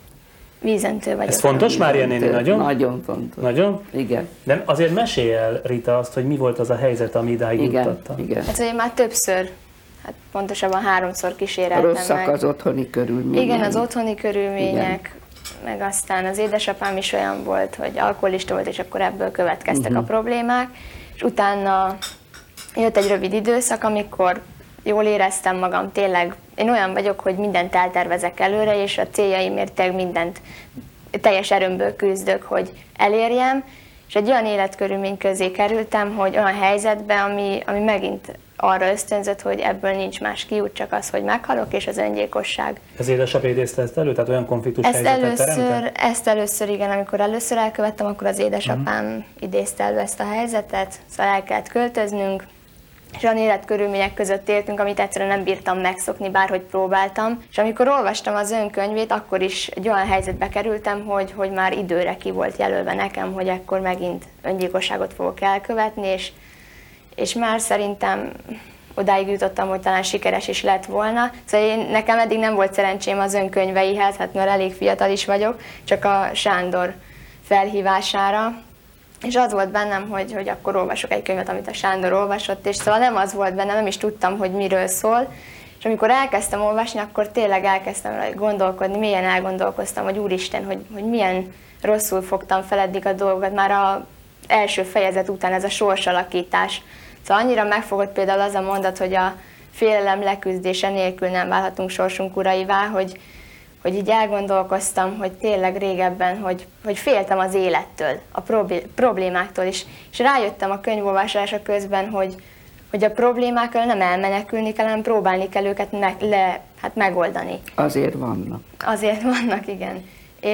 Vízöntő vagyok. Ez fontos, Mária néni, nagyon? Nagyon fontos. Nagyon? Igen. De azért mesélj el, Rita, azt, hogy mi volt az a helyzet, ami idáig juttatta. Igen. Hát, hogy én már többször, hát pontosabban 3-szor kíséreltem rosszak az otthoni körülmények. Igen, az otthoni körülmények, meg aztán az édesapám is olyan volt, hogy alkoholista volt, és akkor ebből következtek a problémák. És utána jött egy rövid időszak, amikor jól éreztem magam, tényleg én olyan vagyok, hogy mindent eltervezek előre, és a céljaimért tényleg mindent teljes erőmből küzdök, hogy elérjem, és egy olyan életkörülmény közé kerültem, hogy olyan helyzetbe, ami megint arra ösztönzött, hogy ebből nincs más kiút, csak az, hogy meghalok, és az öngyilkosság. Ez édesapja idézte ezt elő? Tehát olyan konfliktus helyzetet teremtett? Ezt először, igen, amikor először elkövettem, akkor az édesapám idézte elő ezt a helyzetet, szóval el kellett költöznünk, és olyan életkörülmények között éltünk, amit egyszerűen nem bírtam megszokni, bárhogy próbáltam. És amikor olvastam az önkönyvét, akkor is egy olyan helyzetbe kerültem, hogy már időre ki volt jelölve nekem, hogy akkor megint öngyilkosságot fogok elkövetni, és már szerintem odáig jutottam, hogy talán sikeres is lett volna. Szóval nekem eddig nem volt szerencsém az önkönyveihez, hát mert elég fiatal is vagyok, csak a Sándor felhívására. És az volt bennem, hogy akkor olvasok egy könyvet, amit a Sándor olvasott, és szóval nem az volt bennem, nem is tudtam, hogy miről szól. És amikor elkezdtem olvasni, akkor tényleg elkezdtem gondolkodni, mélyen elgondolkoztam, hogy úristen, hogy milyen rosszul fogtam fel eddig a dolgokat, már az első fejezet után ez a sorsalakítás. Szóval annyira megfogott például az a mondat, hogy a félelem leküzdése nélkül nem válhatunk sorsunk uraivá, hogy így elgondolkoztam, hogy tényleg régebben, hogy féltem az élettől, a problémáktól is. És rájöttem a könyvolvasása közben, hogy a problémákkal nem elmenekülni kell, hanem próbálni kell őket megoldani. Azért vannak. Azért vannak, igen.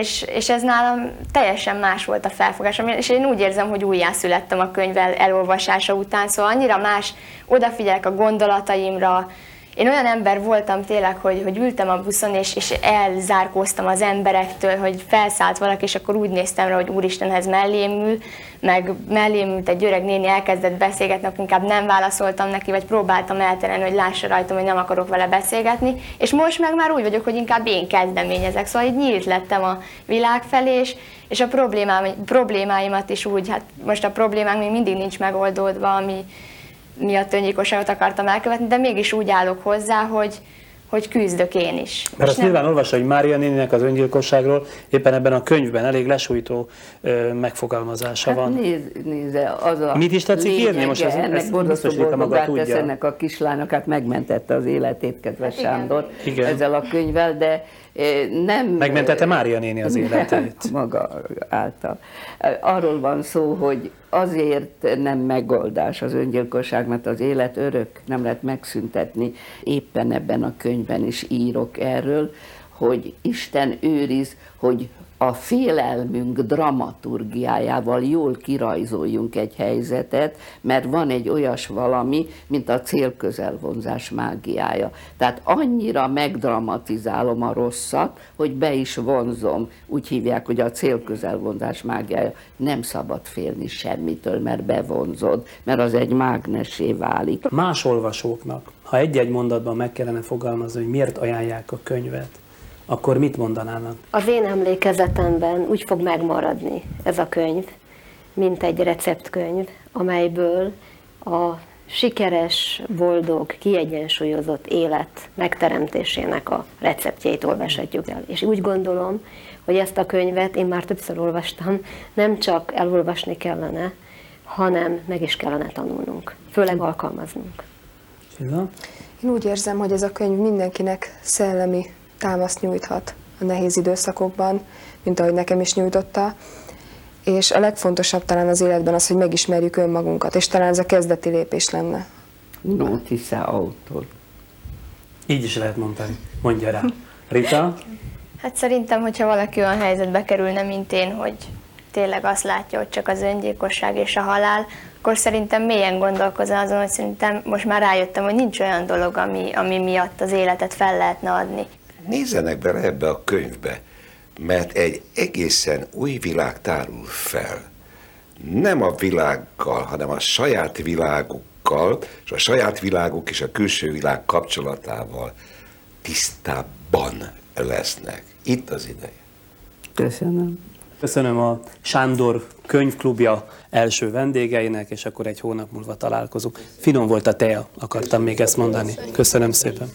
És ez nálam teljesen más volt a felfogásom, és én úgy érzem, hogy újjászülettem a könyv elolvasása után, szóval annyira más, odafigyelek a gondolataimra. Én olyan ember voltam tényleg, hogy ültem a buszon, és elzárkóztam az emberektől, hogy felszállt valaki, és akkor úgy néztem rá, hogy úristenhez mellém ül, meg mellém ült egy öreg néni, elkezdett beszélgetni, akkor inkább nem válaszoltam neki, vagy próbáltam elterelni, hogy lássa rajtam, hogy nem akarok vele beszélgetni. És most meg már úgy vagyok, hogy inkább én kezdeményezek, szóval így nyílt lettem a világ felé, és a problémáimat is úgy, hát most a problémánk még mindig nincs megoldódva, ami miatt öngyilkosságot akartam elkövetni, de mégis úgy állok hozzá, hogy küzdök én is. Mert azt nyilván olvassa, hogy Mária néninek az öngyilkosságról éppen ebben a könyvben elég lesújtó megfogalmazása van. Nézze, az a mit is tetszik írni? Most ennek borzasztó boldogát tesz ennek a kislánynak, hát megmentette az életét, kedves Sándor, ezzel a könyvvel, de nem... Megmentette Mária néni az életét. Maga által. Arról van szó, hogy azért nem megoldás az öngyilkosság, mert az élet örök, nem lehet megszüntetni. Éppen ebben a könyvben is írok erről, hogy Isten őriz, hogy a félelmünk dramaturgiájával jól kirajzoljunk egy helyzetet, mert van egy olyas valami, mint a célközelvonzás mágiája. Tehát annyira megdramatizálom a rosszat, hogy be is vonzom. Úgy hívják, hogy a célközelvonzás mágiája. Nem szabad félni semmitől, mert bevonzod, mert az egy mágnessé válik. Más olvasóknak, ha egy-egy mondatban meg kellene fogalmazni, hogy miért ajánlják a könyvet, akkor mit mondanának? Az én emlékezetemben úgy fog megmaradni ez a könyv, mint egy receptkönyv, amelyből a sikeres, boldog, kiegyensúlyozott élet megteremtésének a receptjeit olvashatjuk el. És úgy gondolom, hogy ezt a könyvet én már többször olvastam, nem csak elolvasni kellene, hanem meg is kellene tanulnunk, főleg alkalmaznunk. Én úgy érzem, hogy ez a könyv mindenkinek szellemi támaszt nyújthat a nehéz időszakokban, mint ahogy nekem is nyújtotta, és a legfontosabb talán az életben az, hogy megismerjük önmagunkat, és talán ez a kezdeti lépés lenne. Notice autor. Így is lehet mondani. Mondja rá. Rita? Hát szerintem, hogyha valaki olyan helyzetbe kerülne, mint én, hogy tényleg azt látja, hogy csak az öngyilkosság és a halál, akkor szerintem mélyen gondolkozom azon, hogy szerintem most már rájöttem, hogy nincs olyan dolog, ami miatt az életet fel lehetne adni. Nézzenek bele ebbe a könyvbe, mert egy egészen új világ tárul fel. Nem a világgal, hanem a saját világukkal, és a saját világuk és a külső világ kapcsolatával tisztábban lesznek. Itt az ideje. Köszönöm. Köszönöm a Sándor Könyvklubja első vendégeinek, és akkor egy hónap múlva találkozunk. Finom volt a tea, akartam még ezt mondani. Köszönöm szépen.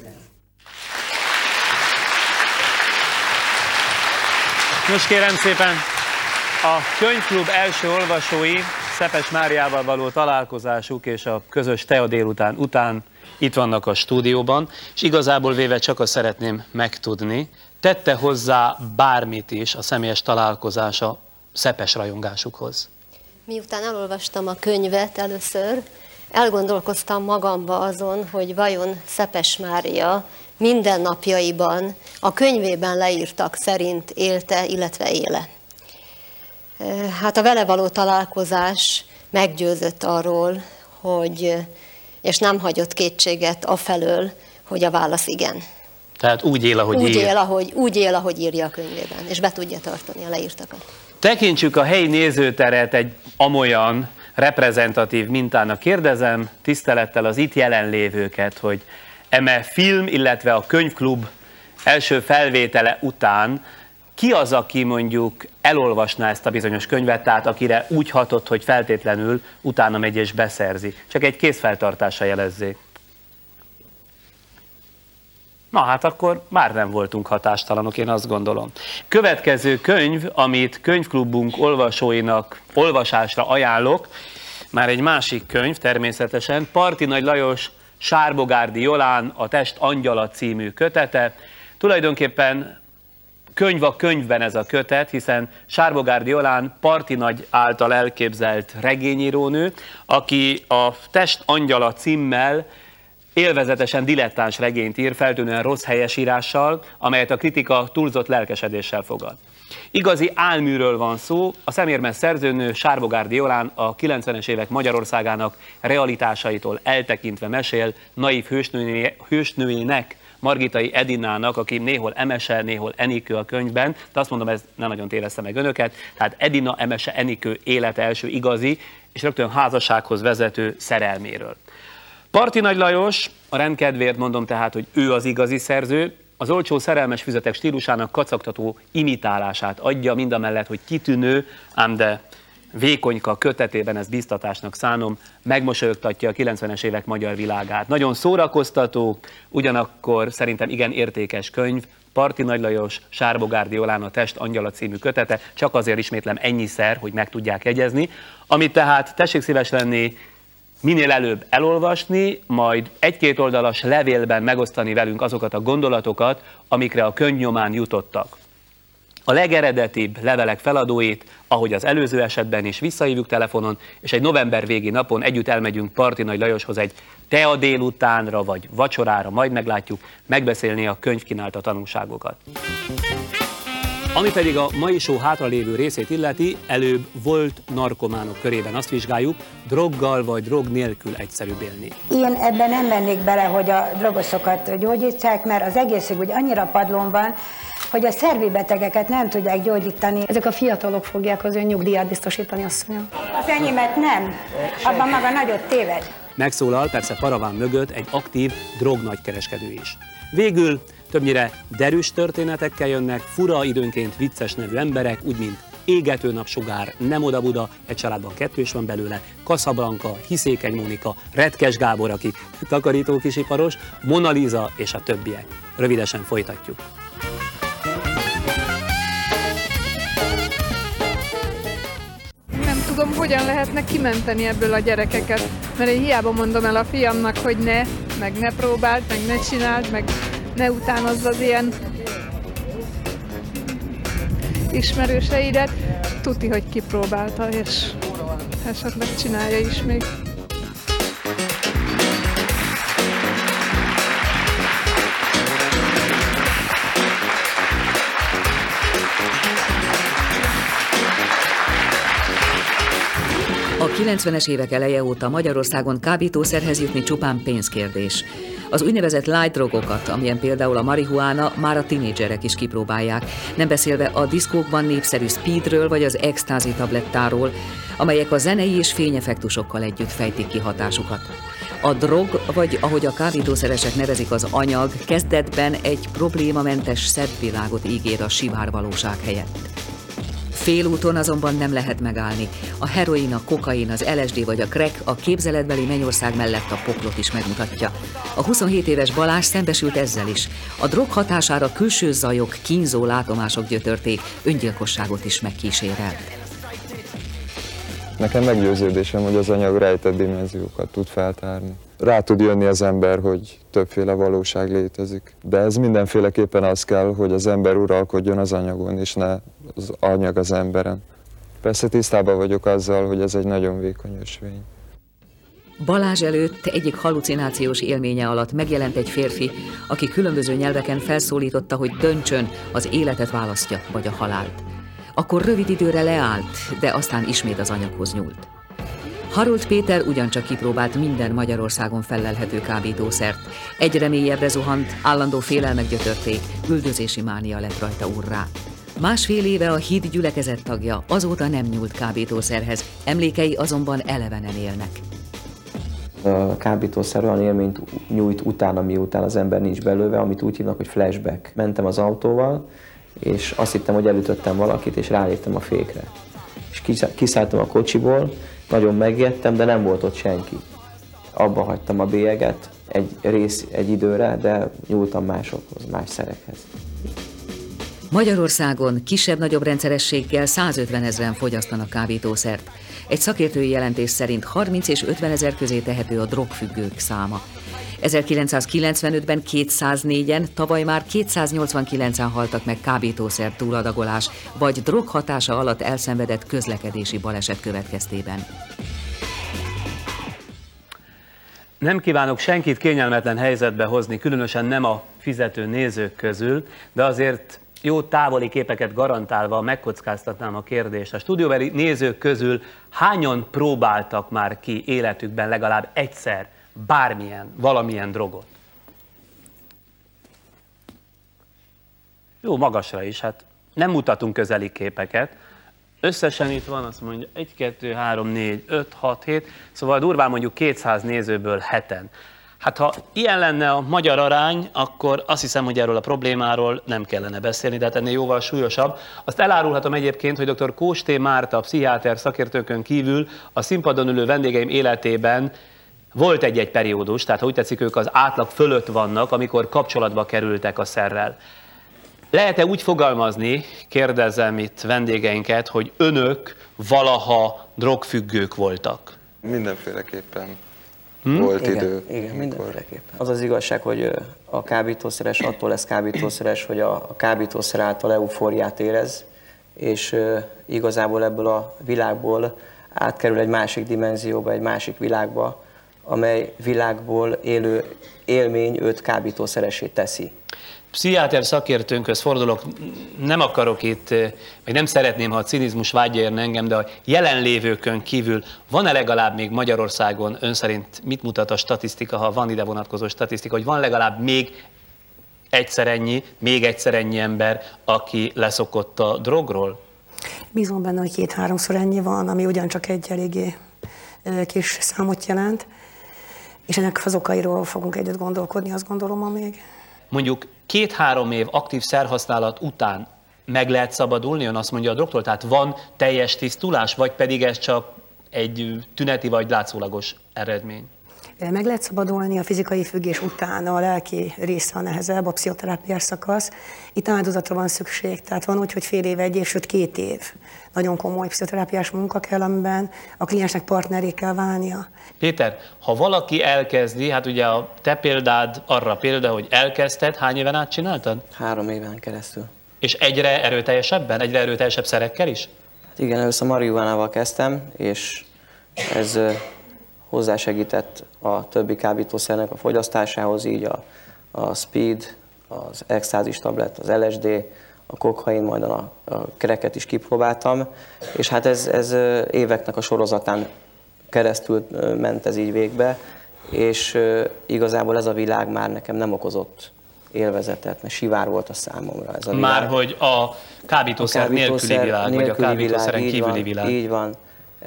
Most kérem szépen, a Könyvklub első olvasói Szepes Máriával való találkozásuk és a közös tea délután után itt vannak a stúdióban, és igazából véve csak azt szeretném megtudni, tette hozzá bármit is a személyes találkozása Szepes rajongásukhoz? Miután elolvastam a könyvet először, elgondolkoztam magamba azon, hogy vajon Szepes Mária mindennapjaiban a könyvében leírtak szerint élte, illetve éle. Hát a vele való találkozás meggyőzött arról, hogy, és nem hagyott kétséget afelől, hogy a válasz igen. Tehát úgy él, ahogy ír. Úgy él, ahogy írja a könyvében, és be tudja tartani a leírtakat. Tekintsük a helyi nézőteret egy amolyan reprezentatív mintának. Kérdezem tisztelettel az itt jelenlévőket, hogy eme film, illetve a Könyvklub első felvétele után ki az, aki mondjuk elolvasná ezt a bizonyos könyvet, tehát akire úgy hatott, hogy feltétlenül utána megy és beszerzi? Csak egy kézfeltartással jelezzék. Na hát akkor már nem voltunk hatástalanok, én azt gondolom. Következő könyv, amit Könyvklubunk olvasóinak olvasásra ajánlok, már egy másik könyv természetesen, Parti Nagy Lajos Sárbogárdi Jolán A test angyala című kötete. Tulajdonképpen könyv a könyvben ez a kötet, hiszen Sárbogárdi Jolán Parti Nagy által elképzelt regényírónő, aki a Test angyala címmel élvezetesen dilettáns regényt ír, feltűnően rossz helyesírással, amelyet a kritika túlzott lelkesedéssel fogad. Igazi álműről van szó, a szemérmes szerzőnő Sárbogárdi Jolán a 90-es évek Magyarországának realitásaitól eltekintve mesél naív hősnőjének, Margitai Edinának, aki néhol Emese, néhol Enikő a könyvben, de azt mondom, ez nem nagyon téveszte meg önöket, tehát Edina, Emese, Enikő élete első igazi és rögtön házassághoz vezető szerelméről. Parti Nagy Lajos, a rendkedvéért mondom tehát, hogy ő az igazi szerző, az olcsó szerelmes füzetek stílusának kacagtató imitálását adja, mindamellett, hogy kitűnő, ám de vékonyka kötetében, ezt biztatásnak szánom, megmosolyogtatja a 90-es évek magyar világát. Nagyon szórakoztató, ugyanakkor szerintem igen értékes könyv, Parti Nagy Lajos, Sárbogárdi Jolán A test angyala című kötete, csak azért ismétlem ennyiszer, hogy meg tudják jegyezni, amit tehát tessék szíves lenni, minél előbb elolvasni, majd egy-két oldalas levélben megosztani velünk azokat a gondolatokat, amikre a könyv nyomán jutottak. A legeredetibb levelek feladóit, ahogy az előző esetben is, visszahívjuk telefonon, és egy november végi napon együtt elmegyünk Parti Nagy Lajoshoz egy tea délutánra vagy vacsorára, majd meglátjuk, megbeszélni a könyv kínálta tanulságokat. Ami pedig a mai show hátralévő részét illeti, előbb volt narkománok körében azt vizsgáljuk, droggal vagy drog nélkül egyszerűbb élni. Én ebben nem mennék bele, hogy a drogosokat gyógyítsák, mert az egészség úgy annyira padlón van, hogy a szervi betegeket nem tudják gyógyítani. Ezek a fiatalok fogják az ön nyugdíját biztosítani, asszonyom. Az enyémet nem. Abban maga nagyot téved. Megszólal persze paraván mögött egy aktív drognagykereskedő is. Végül többnyire derűs történetekkel jönnek fura, időnként vicces nevű emberek, úgy mint Égető napsugár, Nem oda-Buda, egy családban 2 is van belőle, Casablanca, Hiszékeny Mónika, Retkes Gábor, aki takarítókisiparos, Mona Lisa és a többiek. Rövidesen folytatjuk. Nem tudom, hogyan lehetne kimenteni ebből a gyerekeket, mert én hiába mondom el a fiamnak, hogy ne próbáld, meg ne csináld, meg ne utánozz az ilyen ismerőseidet. Tuti, hogy kipróbálta, és esetleg csinálja is még. A 90-es évek eleje óta Magyarországon kábítószerhez jutni csupán pénzkérdés. Az úgynevezett light drogokat, amilyen például a marihuána, már a tinédzserek is kipróbálják, nem beszélve a diszkókban népszerű speedről vagy az extázi tablettáról, amelyek a zenei és fényeffektusokkal együtt fejtik ki hatásukat. A drog, vagy ahogy a kábítószeresek nevezik, az anyag, kezdetben egy problémamentes szebb világot ígér a sivár valóság helyett. Félúton azonban nem lehet megállni. A heroin, a kokain, az LSD vagy a crack a képzeletbeli mennyország mellett a poklot is megmutatja. A 27 éves Balázs szembesült ezzel is. A drog hatására külső zajok, kínzó látomások gyötörték, öngyilkosságot is megkísérelt. Nekem meggyőződésem, hogy az anyag rejtett dimenziókat tud feltárni. Rá tud jönni az ember, hogy többféle valóság létezik. De ez mindenféleképpen az kell, hogy az ember uralkodjon az anyagon, és ne az anyag az emberen. Persze tisztában vagyok azzal, hogy ez egy nagyon vékony ösvény. Balázs előtt egyik hallucinációs élménye alatt megjelent egy férfi, aki különböző nyelveken felszólította, hogy döntsön, az életet választja, vagy a halált. Akkor rövid időre leállt, de aztán ismét az anyaghoz nyúlt. Harold Péter ugyancsak kipróbált minden Magyarországon fellelhető kábítószert. Egyre mélyebbre zuhant, állandó félelmek gyötörték, üldözési mánia lett rajta urrá. Másfél éve a Híd gyülekezet tagja, azóta nem nyúlt kábítószerhez, emlékei azonban elevenen élnek. A kábítószer olyan élményt nyújt utána, miután az ember nincs belőle, amit úgy hívnak, hogy flashback. Mentem az autóval, és azt hittem, hogy elütöttem valakit, és ráléptem a fékre. És kiszálltam a kocsiból, nagyon megijedtem, de nem volt ott senki. Abba hagytam a bélyeget egy időre, de nyúltam másokhoz, más szerekhez. Magyarországon kisebb-nagyobb rendszerességgel 150 000-en fogyasztanak kábítószert. Egy szakértői jelentés szerint 30 és 50 000 közé tehető a drogfüggők száma. 1995-ben 204-en, tavaly már 289-en haltak meg kábítószer túladagolás vagy drog hatása alatt elszenvedett közlekedési baleset következtében. Nem kívánok senkit kényelmetlen helyzetbe hozni, különösen nem a fizető nézők közül, de azért jó távoli képeket garantálva megkockáztatnám a kérdést. A stúdióbeli nézők közül hányan próbáltak már ki életükben legalább egyszer bármilyen, valamilyen drogot? Jó, magasra is, hát nem mutatunk közeli képeket. Összesen itt van, azt mondja, 1, 2, 3, 4, 5, 6, 7, szóval durván mondjuk 200 nézőből 7-en. Hát ha ilyen lenne a magyar arány, akkor azt hiszem, hogy erről a problémáról nem kellene beszélni, de hát ennél jóval súlyosabb. Azt elárulhatom egyébként, hogy dr. Kós T. Márta, pszichiáter szakértőkön kívül a színpadon ülő vendégeim életében volt egy-egy periódus, tehát ha úgy tetszik, ők az átlag fölött vannak, amikor kapcsolatba kerültek a szerrel. Lehet-e úgy fogalmazni, kérdezem itt vendégeinket, hogy önök valaha drogfüggők voltak? Mindenféleképpen volt idő. Igen, mindenféleképpen. Az az igazság, hogy a kábítószeres attól lesz kábítószeres, hogy a kábítószer által eufóriát érez, és igazából ebből a világból átkerül egy másik dimenzióba, egy másik világba, amely világból élő élmény őt kábítószeressé teszi. Pszichiáter szakértőnkhöz fordulok, nem akarok itt, vagy nem szeretném, ha a cinizmus vágya érne engem, de a jelenlévőkön kívül van-e legalább még Magyarországon, ön szerint mit mutat a statisztika, ha van ide vonatkozó statisztika, hogy van legalább még egyszer ennyi ember, aki leszokott a drogról? Bízom benne, hogy 2-3-szor ennyi van, ami ugyancsak egy eléggé kis számot jelent, és ennek az okairól fogunk együtt gondolkodni, azt gondolom ma még. Mondjuk 2-3 év aktív szerhasználat után meg lehet szabadulni, ön azt mondja a drogtól, tehát van teljes tisztulás, vagy pedig ez csak egy tüneti vagy látszólagos eredmény? Meg lehet szabadulni, a fizikai függés után a lelki része a nehezebb, a pszichoterápiás szakasz. Itt áldozatra van szükség, tehát van úgy, hogy fél év, 1 év, sőt 2 év. Nagyon komoly pszichoterápiás munka kell, amiben a kliensnek partneré kell válnia. Péter, ha valaki elkezdi, hát ugye a te példád arra példa, hogy elkezdted, hány éven át csináltad? 3 éven keresztül. És egyre erőteljesebben? Egyre erőteljesebb szerekkel is? Hát igen, először marihuánával kezdtem, és ez hozzásegített a többi kábítószernek a fogyasztásához, így a speed, az extázis tablet, az LSD, a kokain, majd a cracket is kipróbáltam, és hát ez éveknek a sorozatán keresztül ment ez így végbe, és igazából ez a világ már nekem nem okozott élvezetet, mert sivár volt a számomra ez a világ. Már hogy a kábítószer nélküli világ, vagy a kábítószeren kívüli világ. Így van.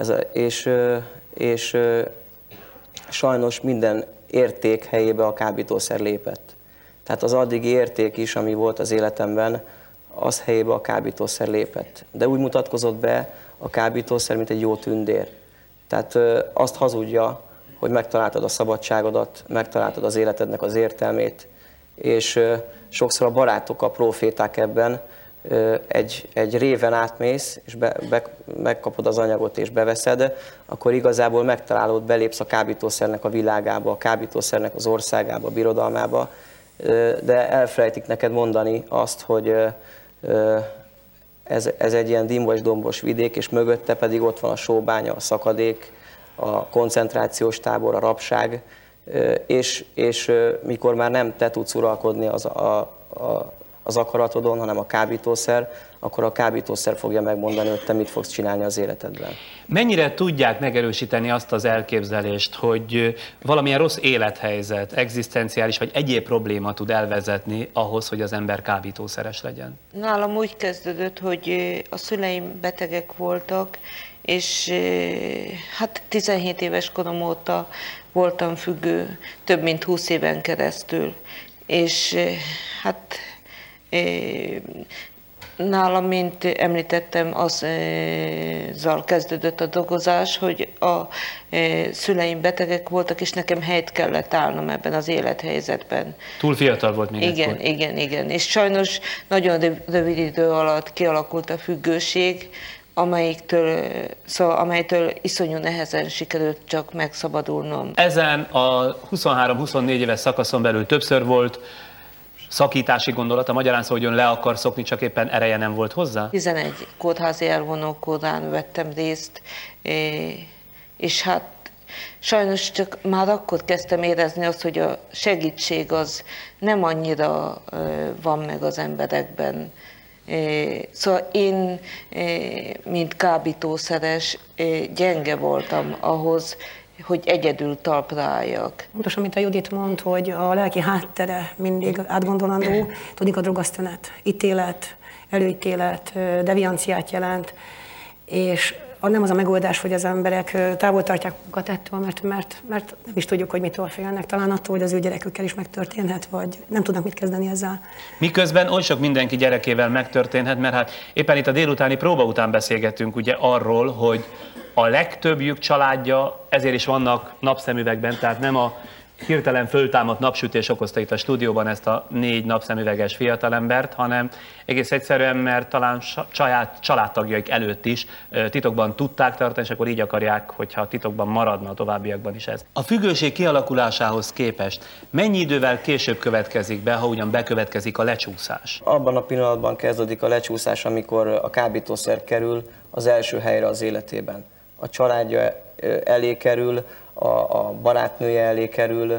És sajnos minden érték helyébe a kábítószer lépett. Tehát az addigi érték is, ami volt az életemben, az helyébe a kábítószer lépett. De úgy mutatkozott be a kábítószer, mint egy jó tündér. Tehát azt hazudja, hogy megtaláltad a szabadságodat, megtaláltad az életednek az értelmét, és sokszor a barátok, a proféták ebben, egy réven átmész, és megkapod az anyagot és beveszed, akkor igazából megtalálod, belépsz a kábítószernek a világába, a kábítószernek az országába, a birodalmába, de elfelejtik neked mondani azt, hogy ez egy ilyen dimbos-dombos vidék, és mögötte pedig ott van a sóbánya, a szakadék, a koncentrációs tábor, a rabság, és mikor már nem te tudsz uralkodni az akaratodon, hanem a kábítószer, akkor a kábítószer fogja megmondani, hogy te mit fogsz csinálni az életedben. Mennyire tudják megerősíteni azt az elképzelést, hogy valamilyen rossz élethelyzet, egzisztenciális vagy egyéb probléma tud elvezetni ahhoz, hogy az ember kábítószeres legyen? Nálam úgy kezdődött, hogy a szüleim betegek voltak, és hát 17 éves korom óta voltam függő, több mint 20 éven keresztül. És hát nálam, mint említettem, azzal kezdődött a dolgozás, hogy a szüleim betegek voltak, és nekem helyt kellett állnom ebben az élethelyzetben. Túl fiatal volt még igen, egykor. Igen. És sajnos nagyon rövid idő alatt kialakult a függőség, amelytől iszonyú nehezen sikerült csak megszabadulnom. Ezen a 23-24 éves szakaszon belül többször volt szakítási gondolata, magyarán szó, hogy ön le akar szokni, csak éppen ereje nem volt hozzá? 11 kórházi elvonókórán vettem részt, és hát sajnos csak már akkor kezdtem érezni azt, hogy a segítség az nem annyira van meg az emberekben. Szóval én, mint kábítószeres, gyenge voltam ahhoz, hogy egyedül talpra álljak. Pontosan, mint a Judit mond, hogy a lelki háttere mindig átgondolandó, tudnik a drog az tünet, ítélet, előítélet, devianciát jelent, és nem az a megoldás, hogy az emberek távol tartják magukat ettől, mert nem is tudjuk, hogy mitől félnek. Talán attól, hogy az ő gyerekükkel is megtörténhet, vagy nem tudnak mit kezdeni ezzel. Miközben oly sok mindenki gyerekével megtörténhet, mert hát éppen itt a délutáni próba után beszélgettünk ugye arról, hogy a legtöbbjük családja, ezért is vannak napszemüvegben, tehát nem a hirtelen föltámadt napsütés okozta itt a stúdióban ezt a 4 napszemüveges fiatalembert, hanem egész egyszerűen, mert talán családtagjaik előtt is titokban tudták tartani, és akkor így akarják, hogyha titokban maradna a továbbiakban is ez. A függőség kialakulásához képest mennyi idővel később következik be, ha ugyan bekövetkezik a lecsúszás? Abban a pillanatban kezdődik a lecsúszás, amikor a kábítószer kerül az első helyre az életében. A családja elé kerül, a barátnője elé kerül,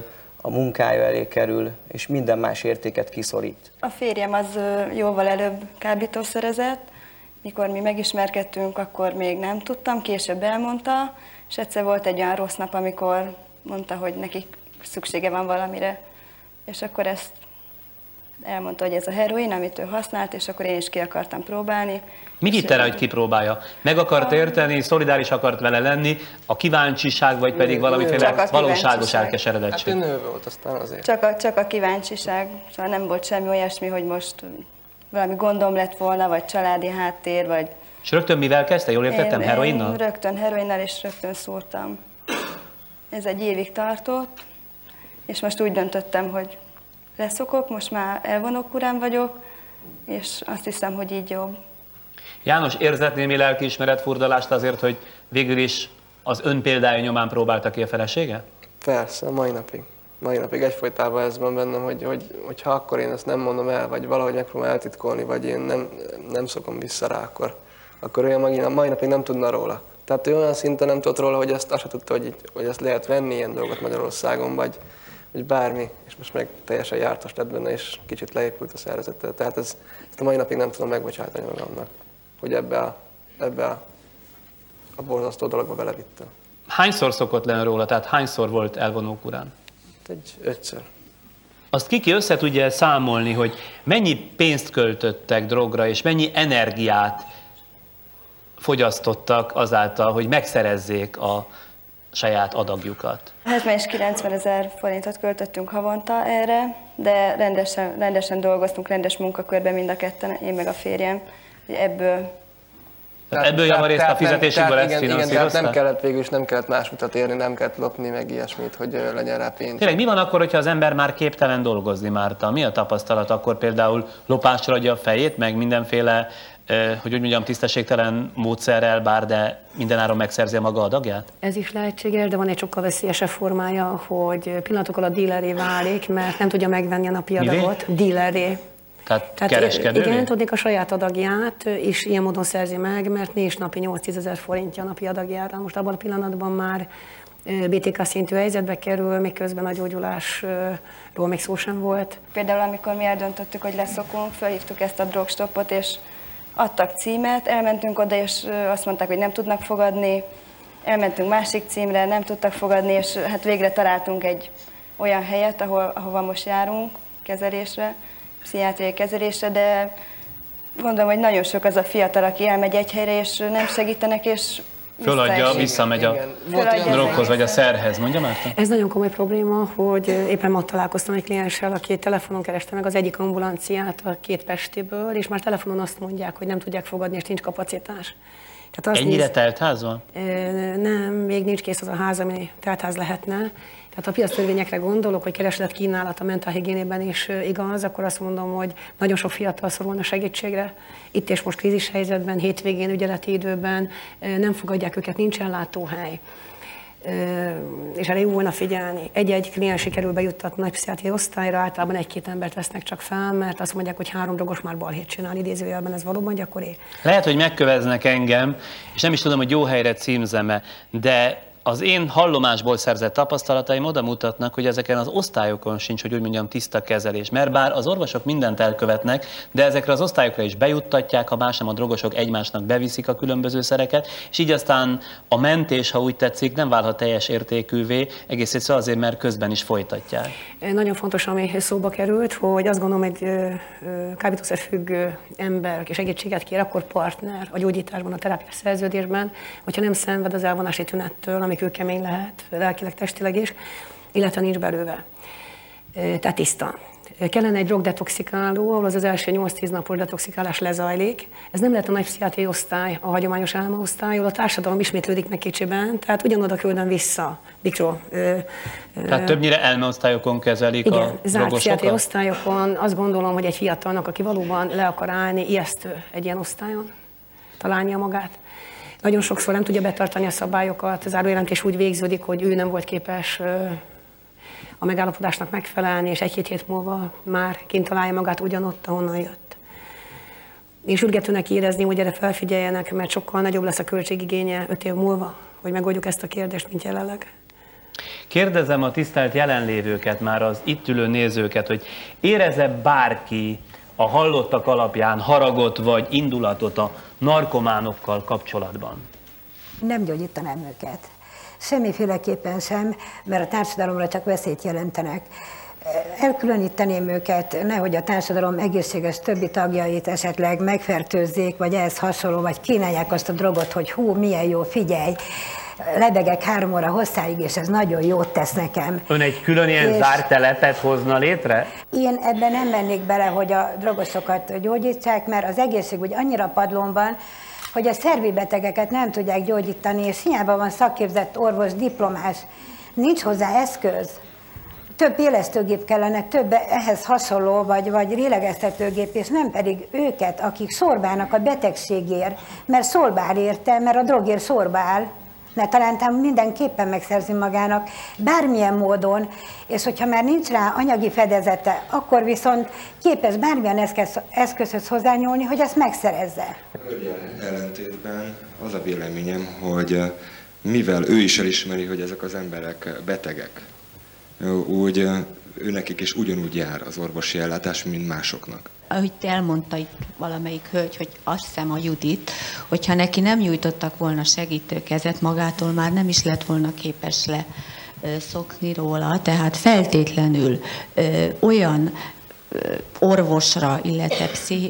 a munkája elé kerül, és minden más értéket kiszorít. A férjem az jóval előbb kábítószerezett, mikor mi megismerkedtünk, akkor még nem tudtam, később elmondta, és egyszer volt egy olyan rossz nap, amikor mondta, hogy nekik szüksége van valamire, és akkor ezt elmondta, hogy ez a heroin, amit ő használt, és akkor én is ki akartam próbálni. Mi vitte rá, hogy kipróbálja? Meg akart érteni, szolidáris akart vele lenni, a kíváncsiság, vagy pedig valamiféle valóságos elkeseredettség? Hát ő nő volt, aztán azért. Csak a kíváncsiság, szóval nem volt semmi olyasmi, hogy most valami gondom lett volna, vagy családi háttér, vagy... És rögtön mivel kezdte? Jól értettem? Heroinnal? Én rögtön heroinnal, és rögtön szúrtam. Ez egy évig tartott, és most úgy döntöttem, hogy leszokok, most már elvonókurán vagyok, és azt hiszem, hogy így jobb. János, érzett némi lelkiismeret furdalást azért, hogy végül is az ön példája nyomán próbálta ki a felesége? Persze, mai napig. Mai napig egyfolytában ez van bennem, hogy ha akkor én ezt nem mondom el, vagy valahogy megpróbálom eltitkolni, vagy én nem szokom vissza rá, akkor ő mai napig nem tudna róla. Tehát ő olyan szinten nem tudott róla, hogy azt se tudta, hogy ezt lehet venni ilyen dolgot Magyarországon, vagy bármi, és most meg teljesen jártas lett benne, és kicsit leépült a szervezete. Tehát ezt a mai napig nem tudom megbocsátani magamnak, hogy ebbe a borzasztó dologba belevittem. Hányszor szokott le róla, tehát hányszor volt elvonókurán? Ötször. Azt ki össze tudja számolni, hogy mennyi pénzt költöttek drogra, és mennyi energiát fogyasztottak azáltal, hogy megszerezzék a saját adagjukat? 70 és 90 ezer forintot költöttünk havonta erre, de rendesen dolgoztunk, rendes munkakörben mind a ketten, én meg a férjem, hogy ebből javarészt a fizetésükből ezt finanszírozta? Igen, nem kellett végül is, nem kellett más utat érni, nem kellett lopni, meg ilyesmit, hogy legyen rá pénz. Tényleg, mi van akkor, hogyha az ember már képtelen dolgozni, Márta? Mi a tapasztalat? Akkor például lopásra adja a fejét, meg mindenféle, hogy úgy mondjam, tisztességtelen módszerrel, bár de mindenáron megszerzi a maga adagját? Ez is lehetséges, de van egy sokkal veszélyesebb formája, hogy pillanatok alatt dílerré válik, mert nem tudja megvenni a napi adagot. Dílerré. Tehát kereskedővé? Igen, tudnék a saját adagját, és ilyen módon szerzi meg, mert nincs napi 8-10 ezer forintja a napi adagjára. Most abban a pillanatban már BTK szintű helyzetbe kerül, miközben a gyógyulásról még szó sem volt. Például amikor mi eldöntöttük, hogy leszokunk, felhívtuk ezt a drogstopot, és adtak címet, elmentünk oda, és azt mondták, hogy nem tudnak fogadni, elmentünk másik címre, nem tudtak fogadni, és hát végre találtunk egy olyan helyet, ahova most járunk kezelésre, pszichiátriai kezelésre, de gondolom, hogy nagyon sok az a fiatal, aki elmegy egy helyre, és nem segítenek, és visszamegy a droghoz, vagy a szerhez. Mondja már? Ez nagyon komoly probléma, hogy éppen ma találkoztam egy klienssel, aki telefonon kereste meg az egyik ambulanciát a két Pestiből, és már telefonon azt mondják, hogy nem tudják fogadni, és nincs kapacitás. Tehát ennyire telt ház van? Nem, még nincs kész az a ház, ami teltház lehetne. Tehát ha piactörvényekre gondolok, hogy kereslet kínálat a mentálhigiénében is igaz, akkor azt mondom, hogy nagyon sok fiatal szorulna segítségre. Itt és most krízis helyzetben, hétvégén, ügyeleti időben nem fogadják őket, nincs ellátóhely. És erre jó volna figyelni. Egy-egy kliens sikerül bejuttatni nagy pszichiátriai osztályra, általában egy-két embert vesznek csak fel, mert azt mondják, hogy 3 drogos már balhét csinál, idézőjelben ez valóban gyakori. Lehet, hogy megköveznek engem, és nem is tudom, hogy jó helyre címzem-e, de az én hallomásból szerzett tapasztalataim oda mutatnak, hogy ezeken az osztályokon sincs, hogy úgy mondjam, tiszta kezelés. Mert bár az orvosok mindent elkövetnek, de ezekre az osztályokra is bejuttatják, ha más nem, a drogosok egymásnak beviszik a különböző szereket, és így aztán a mentés, ha úgy tetszik, nem válhat teljes értékűvé, egész egyszerűen azért, mert közben is folytatják. Nagyon fontos, ami szóba került, hogy azt gondolom, egy kábítószerfüggő ember, aki segítséget kér, akkor partner a gyógyításban, a terápiás szerződésben, hogyha nem szenved az elvonási tünettől, ami kőkemény lehet, lelkileg, testileg is, illetve nincs belőle. Tehát tiszta. Kellene egy drogdetoxikáló, ahol az első 8-10 napos detoxikálás lezajlik. Ez nem lehet a nagy pszichiátriai osztály, a hagyományos álmaosztály, ahol a társadalom ismétlődik meg kicsiben, tehát ugyanoda küldöm vissza. Tehát többnyire elmeosztályokon kezelik a drogosokat? Igen, zárt pszichiátriai osztályokon azt gondolom, hogy egy fiatalnak, aki valóban le akar állni, ijesztő egy ilyen osztályon találnia magát. Nagyon sokszor nem tudja betartani a szabályokat, az zárójelentés úgy végződik, hogy ő nem volt képes a megállapodásnak megfelelni, és 1-2 hét múlva már kint találja magát ugyanott, ahonnan jött. Én sürgetőnek érezni, hogy erre felfigyeljenek, mert sokkal nagyobb lesz a költségigénye 5 év múlva, hogy megoldjuk ezt a kérdést, mint jelenleg. Kérdezem a tisztelt jelenlévőket, már az itt ülő nézőket, hogy érez-e bárki a hallottak alapján haragot vagy indulatot a narkománokkal kapcsolatban? Nem gyógyítanám őket. Semmiféleképpen sem, mert a társadalomra csak veszélyt jelentenek. Elkülöníteném őket, nehogy a társadalom egészséges többi tagjait esetleg megfertőzzék, vagy ehhez hasonló, vagy kínálják azt a drogot, hogy hú, milyen jó, figyelj, lebegek 3 óra hosszáig, és ez nagyon jót tesz nekem. Ön egy külön ilyen zárt telepet hozna létre? Én ebben nem mennék bele, hogy a drogosokat gyógyítsák, mert az egészségügy annyira padlón van, hogy a szervi betegeket nem tudják gyógyítani, és hiába van szakképzett orvos, diplomás, nincs hozzá eszköz. Több élesztőgép kellene, több ehhez hasonló, vagy lélegeztetőgép, és nem pedig őket, akik szorbálnak a betegségért, mert szorbál érte, mert a drogért szorbál, mert talán mindenképpen megszerzi magának bármilyen módon, és hogyha már nincs rá anyagi fedezete, akkor viszont képes bármilyen eszközhöz hozzányúlni, hogy ezt megszerezze. Ellentétben az a véleményem, hogy mivel ő is elismeri, hogy ezek az emberek betegek, úgy őnekik is ugyanúgy jár az orvosi ellátás, mint másoknak. Ahogy elmondta itt valamelyik hölgy, hogy azt hiszem a Judit, hogyha neki nem nyújtottak volna segítőkezet, magától már nem is lett volna képes leszokni róla, tehát feltétlenül olyan orvosra, illetve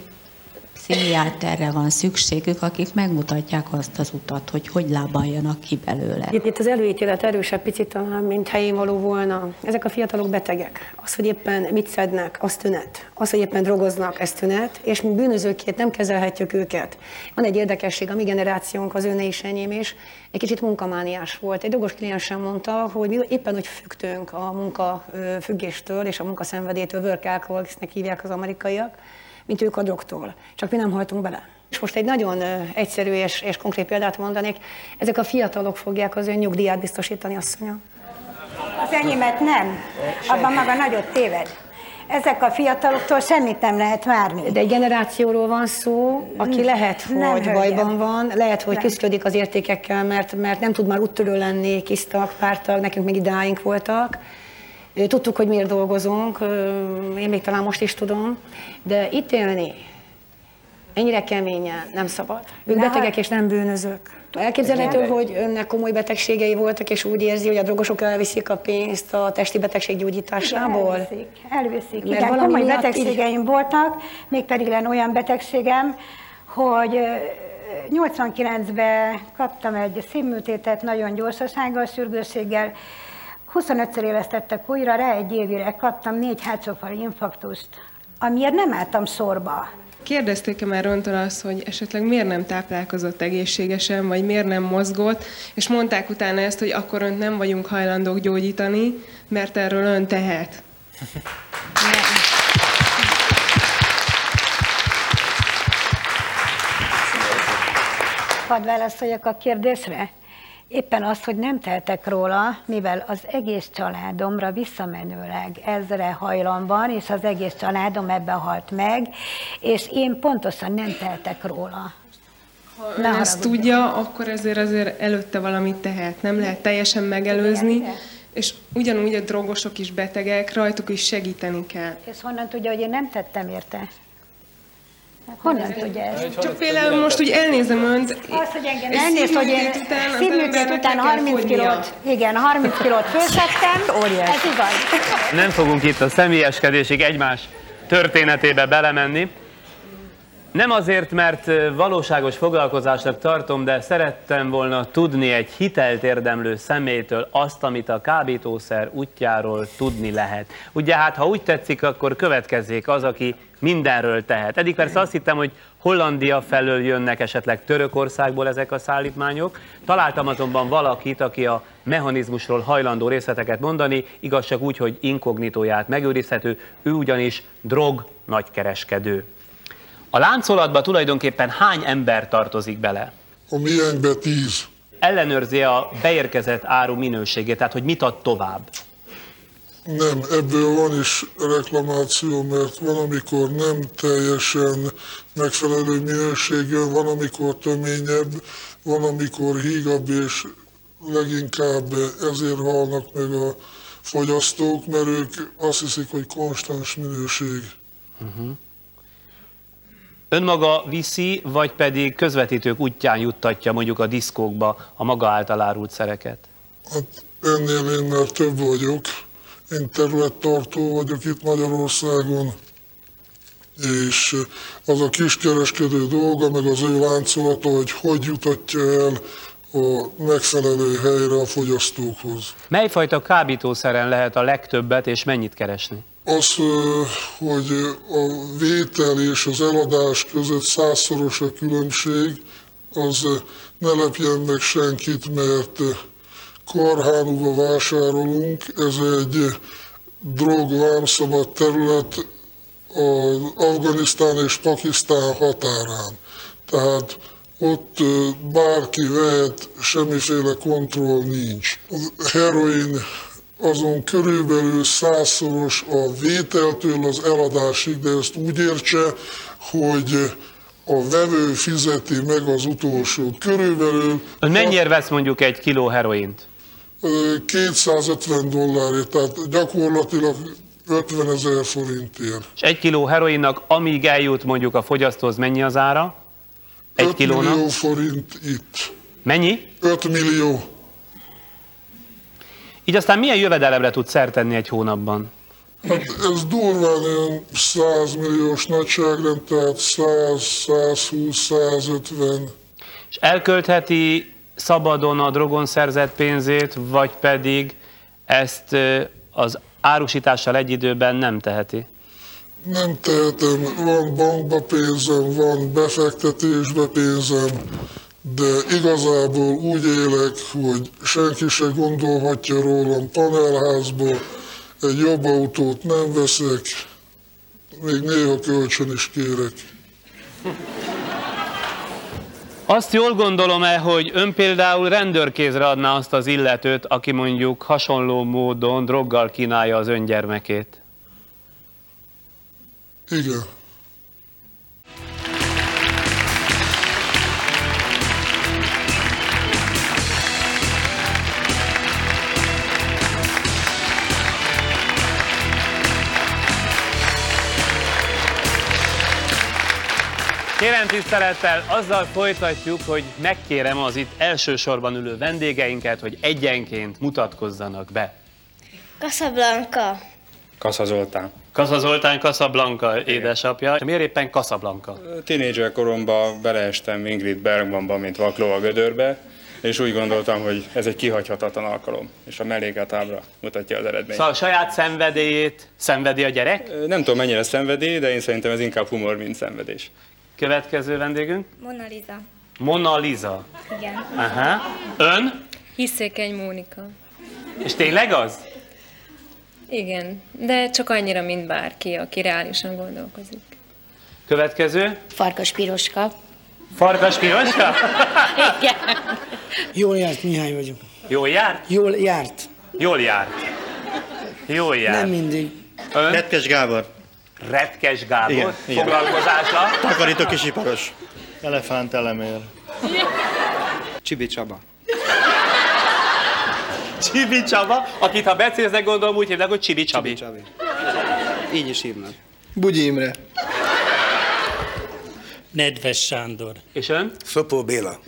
pszichiáterre van szükségük, akik megmutatják azt az utat, hogy lábaljanak ki belőle. Itt az előítélet erősebb picit talán, mint helyén való volna. Ezek a fiatalok betegek. Az, hogy éppen mit szednek, az tünet. Az, hogy éppen drogoznak, ez tünet, és mi bűnözőként nem kezelhetjük őket. Van egy érdekesség, a mi generációnk, az öné is, enyém is, egy kicsit munkamániás volt. Egy drogos kliensem mondta, hogy mi éppen úgy függtünk a munkafüggéstől és a munkaszenvedélytől, work alcoholisnek hívják az amerikaiak, mint ők a drogtól. Csak mi nem hajtunk bele. És most egy nagyon egyszerű és konkrét példát mondanék. Ezek a fiatalok fogják az ön nyugdíját biztosítani, asszonya. Az enyémet nem. Abban maga nagyot téved. Ezek a fiataloktól semmit nem lehet várni. De egy generációról van szó, aki lehet, hogy bajban van, lehet, hogy küszködik az értékekkel, mert nem tud már úttörő lenni, kisztag, pártag, nekünk még idáink voltak. Tudtuk, hogy miért dolgozunk, én még talán most is tudom, de itt élni ennyire keményen nem szabad. Ők betegek és nem bűnözők. Elképzelhető, hogy önnek komoly betegségei voltak, és úgy érzi, hogy a drogosok elviszik a pénzt a testi betegség gyógyításából? Elviszik. Igen, komoly betegségeim voltak, mégpedig lenne olyan betegségem, hogy 89-ben kaptam egy szívműtétet nagyon gyorsasággal, sürgősséggel, 25-ször élesztettek újra, rá egy évre kaptam 4 hátsófali infarktust, amiért nem álltam sorba. Kérdezték-e már öntől azt, hogy esetleg miért nem táplálkozott egészségesen, vagy miért nem mozgott, és mondták utána ezt, hogy akkor önt nem vagyunk hajlandók gyógyítani, mert erről ön tehet. Hadd válaszoljak a kérdésre? Éppen az, hogy nem tehetek róla, mivel az egész családomra visszamenőleg ezre hajlam van, és az egész családom ebbe halt meg, és én pontosan nem tehetek róla. Ha ön ezt tudja, akkor azért előtte valamit tehet. Nem lehet teljesen megelőzni, és ugyanúgy a drogosok is betegek, rajtuk is segíteni kell. És honnan tudja, hogy én nem tettem érte? Honnan tudja ezt? Csak például most úgy elnézem önt, azt, hogy engem elnézd, hogy én szívműtét után 30 kilót, igen, 30 kilót főzhettem, ez igaz. Nem fogunk itt a személyeskedésig egymás történetébe belemenni. Nem azért, mert valóságos foglalkozásnak tartom, de szerettem volna tudni egy hitelt érdemlő személytől azt, amit a kábítószer útjáról tudni lehet. Ugye hát, ha úgy tetszik, akkor következzék az, aki mindenről tehet. Eddig persze azt hittem, hogy Hollandia felől jönnek, esetleg Törökországból ezek a szállítmányok. Találtam azonban valakit, aki a mechanizmusról hajlandó részleteket mondani, igaz csak úgy, hogy inkognitóját megőrizhető, ő ugyanis drog nagykereskedő. A láncolatba tulajdonképpen hány ember tartozik bele? A miénkbe 10. Ellenőrzi a beérkezett áru minőségét, tehát hogy mit ad tovább? Nem, ebből van is reklamáció, mert van, amikor nem teljesen megfelelő minőségű, van, amikor töményebb, van, amikor hígabb és leginkább ezért halnak meg a fogyasztók, mert ők azt hiszik, hogy konstans minőség. Önmaga viszi, vagy pedig közvetítők útján juttatja mondjuk a diszkókba a maga által árult szereket? Hát ennél én már több vagyok. Én területtartó vagyok itt Magyarországon, és az a kiskereskedő dolga, meg az ő láncolata, hogy jutatja el a megfelelő helyre a fogyasztókhoz. Mely fajta kábítószeren lehet a legtöbbet és mennyit keresni? Az, hogy a vétel és az eladás között 100-szoros a különbség, az ne lepjen meg senkit, mert Karhánuba vásárolunk, ez egy drogvámszabad terület az Afganisztán és Pakisztán határán. Tehát ott bárki vehet, semmiféle kontroll nincs. A heroin azon körülbelül 100-szoros a vételtől az eladásig, de ezt úgy értse, hogy a vevő fizeti meg az utolsót. Körülbelül... Mennyiért vesz mondjuk egy kiló heroint? $250, tehát gyakorlatilag 50 000 forintért. És egy kiló heroinnak, amíg eljut mondjuk a fogyasztóhoz, mennyi az ára? Egy 5 kilónak? millió forint itt. Mennyi? 5 millió. Így aztán milyen jövedelemre tud szert tenni egy hónapban? Hát ez durván olyan 100 milliós nagyságrend, tehát 100, 120, 150. És elköltheti szabadon a drogon szerzett pénzét, vagy pedig ezt az árusítással egy időben nem teheti? Nem tehetem, van bankba pénzem, van befektetésbe pénzem, de igazából úgy élek, hogy senki se gondolhatja rólam panelházból, egy jobb autót nem veszek, még néha kölcsön is kérek. Azt jól gondolom-e, hogy ön például rendőrkézre adná azt az illetőt, aki mondjuk hasonló módon droggal kínálja az ön gyermekét? Igen. Kérem tisztelettel, azzal folytatjuk, hogy megkérem az itt elsősorban ülő vendégeinket, hogy egyenként mutatkozzanak be. Casablanca. Kassa Zoltán. Kassa Zoltán, Casablanca édesapja. Miért éppen Casablanca? Tínédzser koromban beleestem Ingrid Bergmanba, mint vakló a gödörbe, és úgy gondoltam, hogy ez egy kihagyhatatlan alkalom, és a mellékátábra mutatja az eredményt. Szóval a saját szenvedélyét szenvedi a gyerek? Nem tudom, mennyire szenvedély, de én szerintem ez inkább humor, mint szenvedés. Következő vendégünk? Mona Lisa. Mona Lisa. Igen. Aha. Ön? Hiszékeny Mónika. És tényleg az? Igen, de csak annyira, mint bárki, aki reálisan gondolkozik. Következő? Farkas Piroska. Farkas Piroska? Igen. Jól járt, Mihály vagyok. Jól járt? Jól járt. Jól járt. Jól járt. Nem mindig. Ön? Retkes Gábor. Retkes Gábor? Igen, igen. Foglalkozása? Takarító kisiparos. Elefánt elemér. Csibi Csaba. Csibi Csaba, akit ha becéznek, gondolom úgy hívnak, hogy Csibi Csabi. Csabi. Így is hívnak. Bugyi Imre. Nedves Sándor. És ön? Szopó Béla.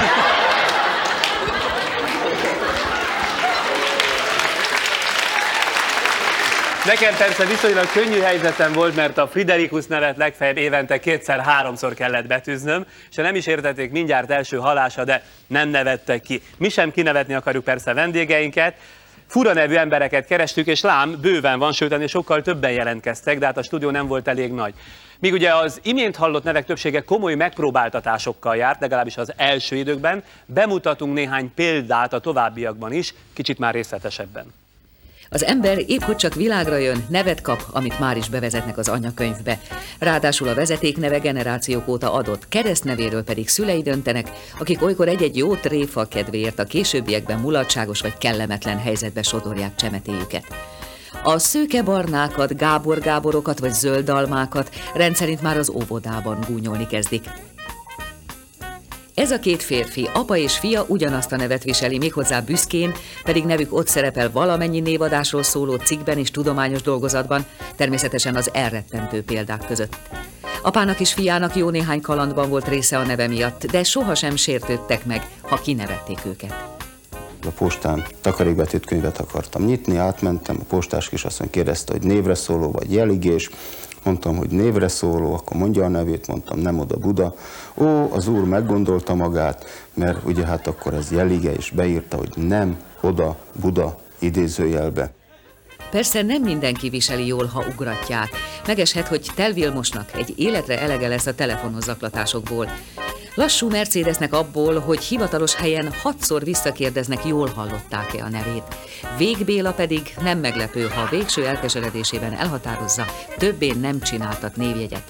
Nekem persze viszonylag könnyű helyzetem volt, mert a Friderikus nevet legfeljebb évente 2-3-szor kellett betűznöm, és nem is értették mindjárt első halása, de nem nevettek ki. Mi sem kinevetni akarjuk persze vendégeinket. Fura nevű embereket kerestük, és lám, bőven van, sőt, ennél sokkal többen jelentkeztek, de hát a stúdió nem volt elég nagy. Míg ugye az imént hallott nevek többsége komoly megpróbáltatásokkal járt, legalábbis az első időkben, bemutatunk néhány példát a továbbiakban is, kicsit már részletesebben. Az ember épp hogy csak világra jön, nevet kap, amit már is bevezetnek az anyakönyvbe. Ráadásul a vezetékneve generációk óta adott, keresztnevéről pedig szülei döntenek, akik olykor egy-egy jó tréfa kedvéért a későbbiekben mulatságos vagy kellemetlen helyzetbe sodorják csemetéjüket. A szőkebarnákat, Gábor-Gáborokat vagy zöldalmákat rendszerint már az óvodában gúnyolni kezdik. Ez a két férfi, apa és fia ugyanazt a nevet viseli, méghozzá büszkén, pedig nevük ott szerepel valamennyi névadásról szóló cikkben és tudományos dolgozatban, természetesen az elrettentő példák között. Apának és fiának jó néhány kalandban volt része a neve miatt, de sohasem sértődtek meg, ha kinevették őket. A postán takarékbetétkönyvet akartam nyitni, átmentem, a postás kisasszony kérdezte, hogy névre szóló vagy jeligés. Mondtam, hogy névre szóló, akkor mondja a nevét, mondtam, nem oda Buda. Ó, az úr meggondolta magát, mert ugye hát akkor ez jelige, és beírta, hogy nem oda Buda idézőjelbe. Persze nem mindenki viseli jól, ha ugratják. Megeshet, hogy Tel Vilmosnak egy életre elege lesz a telefonos zaklatásokból. Lassú Mercedesnek abból, hogy hivatalos helyen 6-szor visszakérdeznek, jól hallották-e a nevét. Vég Béla pedig nem meglepő, ha végső elkeseredésében elhatározza, többé nem csináltat névjegyet.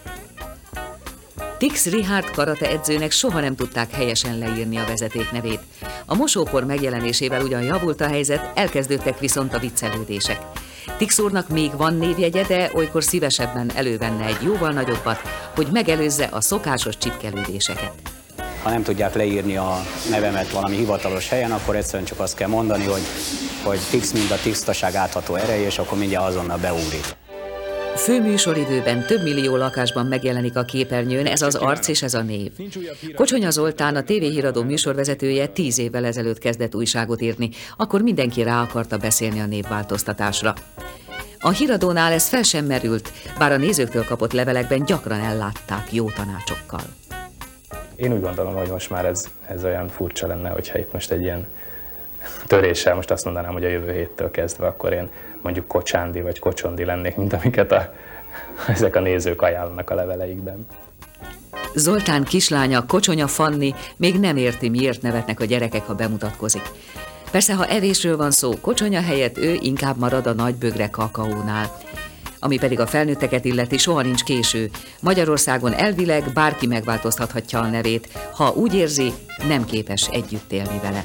Tix Richard karate edzőnek soha nem tudták helyesen leírni a vezeték nevét. A mosópor megjelenésével ugyan javult a helyzet, elkezdődtek viszont a viccelődések. Tix úrnak még van névjegye, de olykor szívesebben elővenne egy jóval nagyobbat, hogy megelőzze a szokásos csipkelődéseket. Ha nem tudják leírni a nevemet valami hivatalos helyen, akkor egyszerűen csak azt kell mondani, hogy Tix, mint a tisztaság átható ereje, és akkor mindjárt azonnal beugrik. Főműsoridőben több millió lakásban megjelenik a képernyőn ez az arc és ez a név. Kocsonya Zoltán, a tévéhíradó műsorvezetője 10 évvel ezelőtt kezdett újságot írni, akkor mindenki rá akarta beszélni a névváltoztatásra. A híradónál ez fel sem merült, bár a nézőktől kapott levelekben gyakran ellátták jó tanácsokkal. Én úgy gondolom, hogy most már ez olyan furcsa lenne, hogyha itt most egy ilyen töréssel most azt mondanám, hogy a jövő héttől kezdve akkor én mondjuk Kocsándi vagy Kocsondi lennék, mint amiket ezek a nézők ajánlanak a leveleikben. Zoltán kislánya, Kocsonya Fanni még nem érti, miért nevetnek a gyerekek, ha bemutatkozik. Persze, ha evésről van szó, Kocsonya helyett ő inkább marad a nagybögre kakaónál. Ami pedig a felnőtteket illeti, soha nincs késő. Magyarországon elvileg bárki megváltoztathatja a nevét, ha úgy érzi, nem képes együtt élni vele.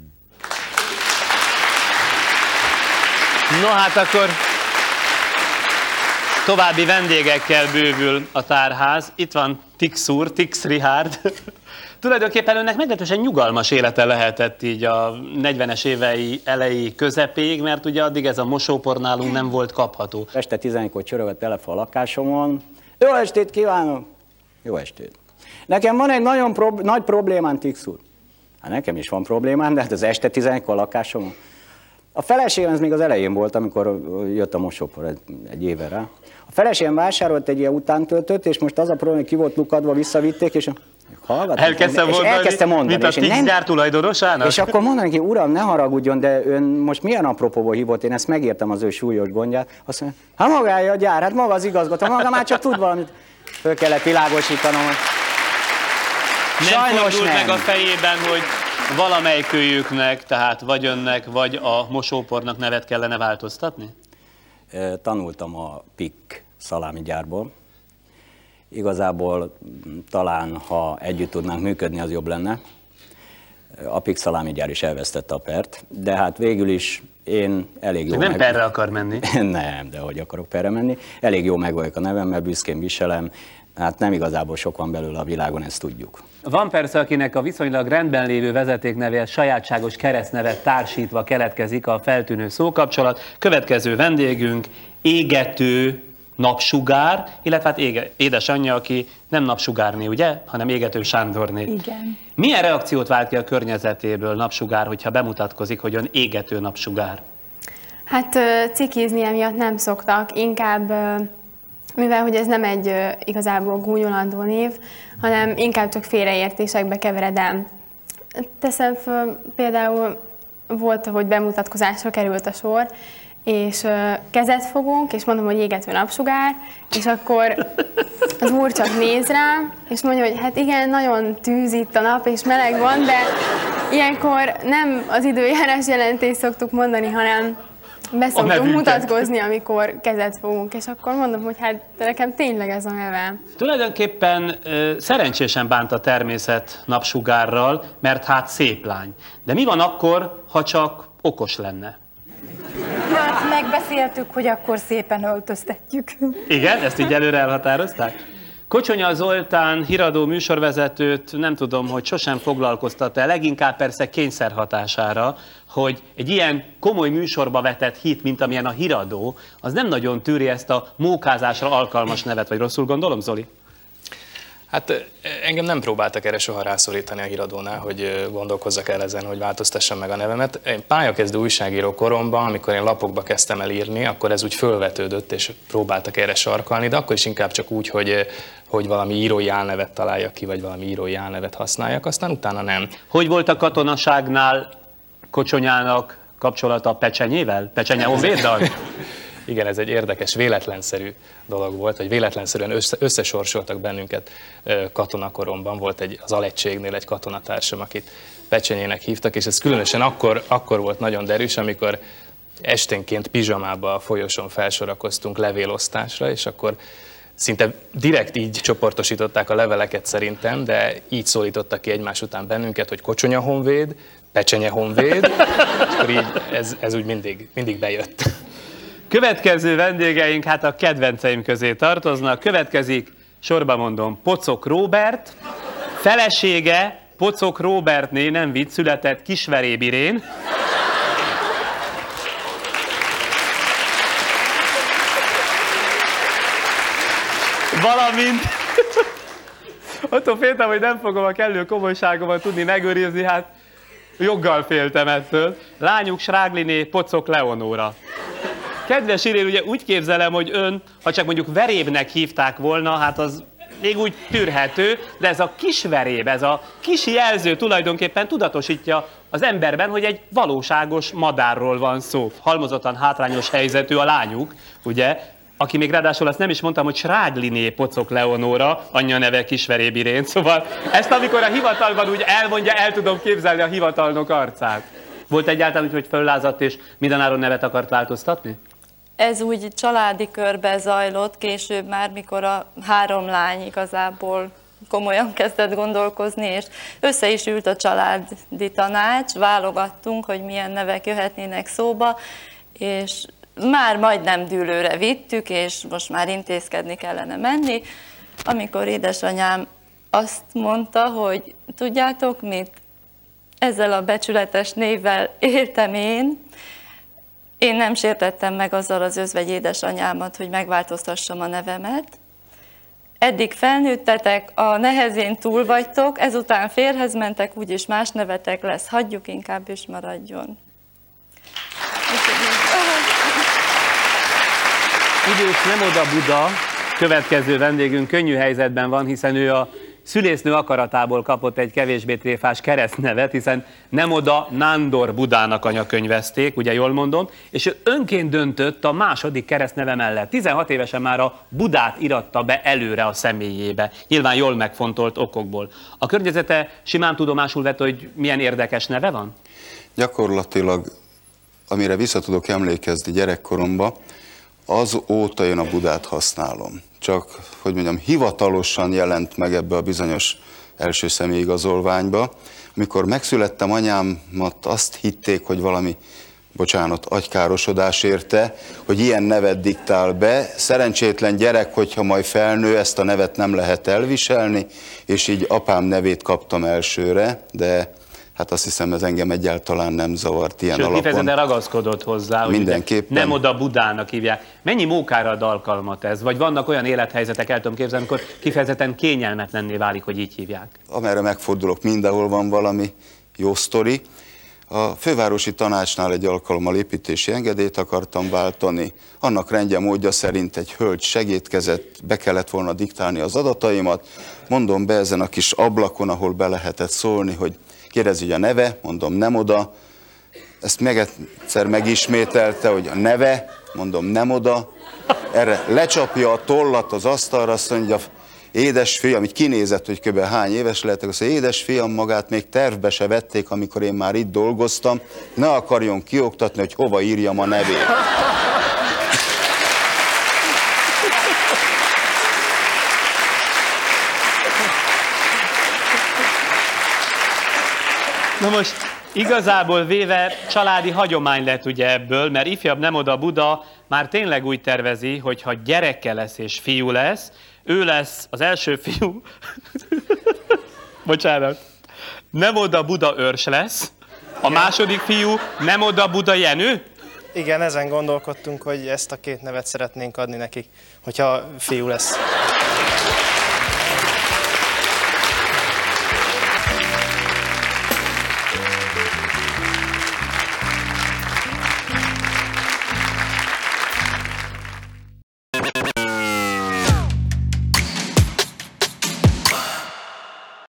No hát akkor további vendégekkel bővül a tárház. Itt van Tix úr, Tix Richard. Tulajdonképpen önnek meglehetősen nyugalmas élete lehetett így a 40-es évei elejé közepéig, mert ugye addig ez a mosópor nálunk nem volt kapható. Este 11-kor csörög a telefon a lakásomon. Jó estét kívánok! Jó estét! Nekem van egy nagyon nagy problémám, Tix úr. Hát nekem is van problémám, de hát az este 11-kor a lakásomon. A feleségem, ez még az elején volt, amikor jött a mosópor egy éve rá. A feleségem vásárolt egy ilyen utántöltőt, és most az a probléma, hogy ki volt lukadva, visszavitték, és elkezdte mondani, mint a Tix gyár tulajdonosának? És akkor mondani neki, uram, ne haragudjon, de ön most milyen apropóból hívott, én ezt megértem az ő súlyos gondját. Azt mondja, hát magája a gyár, hát maga az igazgató, maga már csak tud valamit. Föl kellett világosítanom. Nem fordult meg a fejében, hogy valamelyikőjüknek, tehát vagy önnek, vagy a mosópornak nevet kellene változtatni? Tanultam a PIK szalámigyárból. Igazából talán, ha együtt tudnánk működni, az jobb lenne. A PIK szalámigyár is elvesztette a pert, de hát végül is én elég jó... Nem perre akar menni? Nem, de hogy akarok perre menni. Elég jó meg vagyok a nevemmel, büszkén viselem. Hát nem igazából sok van belőle a világon, ezt tudjuk. Van persze, akinek a viszonylag rendben lévő vezetékneve sajátságos keresztnevet társítva keletkezik a feltűnő szókapcsolat. Következő vendégünk égető Napsugár, illetve hát édesanyja, aki nem Napsugárné, ugye, hanem Égető Sándorné. Igen. Milyen reakciót vált ki a környezetéből Napsugár, hogyha bemutatkozik, hogy ön Égető Napsugár? Hát cikizni emiatt nem szoktak, inkább, mivel hogy ez nem egy igazából gúnyolandó név, hanem inkább csak félreértésekbe keveredem. Teszem föl, például volt, hogy bemutatkozásra került a sor, és kezet fogunk, és mondom, hogy égető Napsugár, és akkor az úr csak néz rám, és mondja, hogy hát igen, nagyon tűz itt a nap, és meleg van, de ilyenkor nem az időjárás jelentést szoktuk mondani, hanem beszoktunk mutatkozni, amikor kezet fogunk, és akkor mondom, hogy hát nekem tényleg ez a nevem. Tulajdonképpen szerencsésen bánt a természet Napsugárral, mert hát szép lány. De mi van akkor, ha csak okos lenne? Hát megbeszéltük, hogy akkor szépen öltöztetjük. Igen? Ezt így előre elhatározták? Kocsonya Zoltán híradó műsorvezetőt nem tudom, hogy sosem foglalkoztatta, leginkább persze kényszer hatására, hogy egy ilyen komoly műsorba vetett hit, mint amilyen a híradó, az nem nagyon tűri ezt a mókázásra alkalmas nevet, vagy rosszul gondolom, Zoli? Hát engem nem próbáltak erre soha rászorítani a híradónál, hogy gondolkozzak el ezen, hogy változtassam meg a nevemet. Én pályakezdő újságíró koromban, amikor én lapokba kezdtem el írni, akkor ez úgy fölvetődött, és próbáltak erre sarkalni, de akkor is inkább csak úgy, hogy valami írói álnevet találjak ki, vagy valami írói álnevet használjak, aztán utána nem. Hogy volt a katonaságnál Kocsonyának kapcsolata a Pecsenyével? Pecsenye honvéddal? Igen, ez egy érdekes, véletlenszerű dolog volt, hogy véletlenszerűen összesorsoltak bennünket katonakoromban. Volt az alegységnél egy katonatársam, akit Pecsenyének hívtak, és ez különösen akkor volt nagyon derűs, amikor esténként pizsamába a folyosón felsorakoztunk levélosztásra, és akkor szinte direkt így csoportosították a leveleket szerintem, de így szólítottak ki egymás után bennünket, hogy Kocsonya honvéd, Pecsenye honvéd, és akkor így ez úgy mindig bejött. Következő vendégeink hát a kedvenceim közé tartoznak. Következik, sorba mondom, Pocok Róbert, felesége Pocok Róbertné, nem vicc, született Kisveréb Irén. Valamint, attól féltem, hogy nem fogom a kellő komolyságomat tudni megőrizni, hát joggal féltem ettől. Lányuk Srágliné Pocok Leonóra. Kedves Irén, ugye úgy képzelem, hogy ön, ha csak mondjuk Verébnek hívták volna, hát az még úgy tűrhető, de ez a Kisveréb, ez a kis jelző tulajdonképpen tudatosítja az emberben, hogy egy valóságos madárról van szó. Halmozottan hátrányos helyzetű a lányuk, ugye, aki még ráadásul azt nem is mondtam, hogy Srágliné Pocok Leonóra, anyja neve Kisveréb Irén, szóval ezt amikor a hivatalban úgy elmondja, el tudom képzelni a hivatalnok arcát. Volt egyáltalán úgy, hogy föllázadt és mindenáron nevet akart változtatni? Ez úgy családi körbe zajlott, később már, mikor a 3 lány igazából komolyan kezdett gondolkozni, és össze is ült a családi tanács, válogattunk, hogy milyen nevek jöhetnének szóba, és már majdnem dűlőre vittük, és most már intézkedni kellene menni, amikor édesanyám azt mondta, hogy tudjátok mit, ezzel a becsületes névvel éltem én nem sértettem meg azzal az özvegy édesanyámat, hogy megváltoztassam a nevemet. Eddig felnőttetek, a nehezén túl vagytok, ezután férhez mentek, úgyis más nevetek lesz, hagyjuk inkább is maradjon. Idős Nemoda Buda, következő vendégünk könnyű helyzetben van, hiszen ő a szülésznő akaratából kapott egy kevésbé tréfás keresztnevet, hiszen Nemoda Nándor Budának anyakönyvezték, ugye jól mondom, és ő önként döntött a második keresztneve mellett. 16 évesen már a Budát iratta be előre a személyébe, nyilván jól megfontolt okokból. A környezete simán tudomásul vett, hogy milyen érdekes neve van? Gyakorlatilag, amire vissza tudok emlékezni gyerekkoromban, azóta én a Budát használom. Csak, hogy mondjam, hivatalosan jelent meg ebbe a bizonyos első személyigazolványba. Amikor megszülettem, anyámat azt hitték, hogy valami, bocsánat, agykárosodás érte, hogy ilyen nevet diktál be. Szerencsétlen gyerek, hogyha majd felnő, ezt a nevet nem lehet elviselni, és így apám nevét kaptam elsőre, de hát azt hiszem, ez engem egyáltalán nem zavart ilyen alapon. Kifejezetten ragaszkodott hozzá, hogy mindenképpen. Nemoda Budának hívják. Mennyi mókára ad alkalmat ez? Vagy vannak olyan élethelyzetek, el tudom képzelni, amikor kifejezetten kényelmetlenné válik, hogy így hívják? Amerre megfordulok, mindenhol van valami jó sztori. A fővárosi tanácsnál egy alkalommal építési engedélyt akartam váltani. Annak rendje módja szerint egy hölgy segédkezett, be kellett volna diktálni az adataimat. Mondom be ezen a kis ablakon, ahol be lehetett szólni, hogy kérdezi, hogy a neve, mondom Nemoda. Ezt még egyszer megismételte, hogy a neve, mondom Nemoda. Erre lecsapja a tollat az asztalra, azt mondja, édesfiam, így kinézett, hogy kb. Hány éves lehetek, azt mondja, édesfiam, magát még tervbe se vették, amikor én már itt dolgoztam, ne akarjon kioktatni, hogy hova írjam a nevét. Na most Igazából véve családi hagyomány lett ugye ebből, mert ifjabb Nemoda Buda már tényleg úgy tervezi, hogy ha gyereke lesz és fiú lesz, ő lesz az első fiú, bocsánat, Nemoda Buda őrs lesz, a második fiú Nemoda Buda Jenő? Igen, ezen gondolkodtunk, hogy ezt a két nevet szeretnénk adni nekik, hogyha fiú lesz.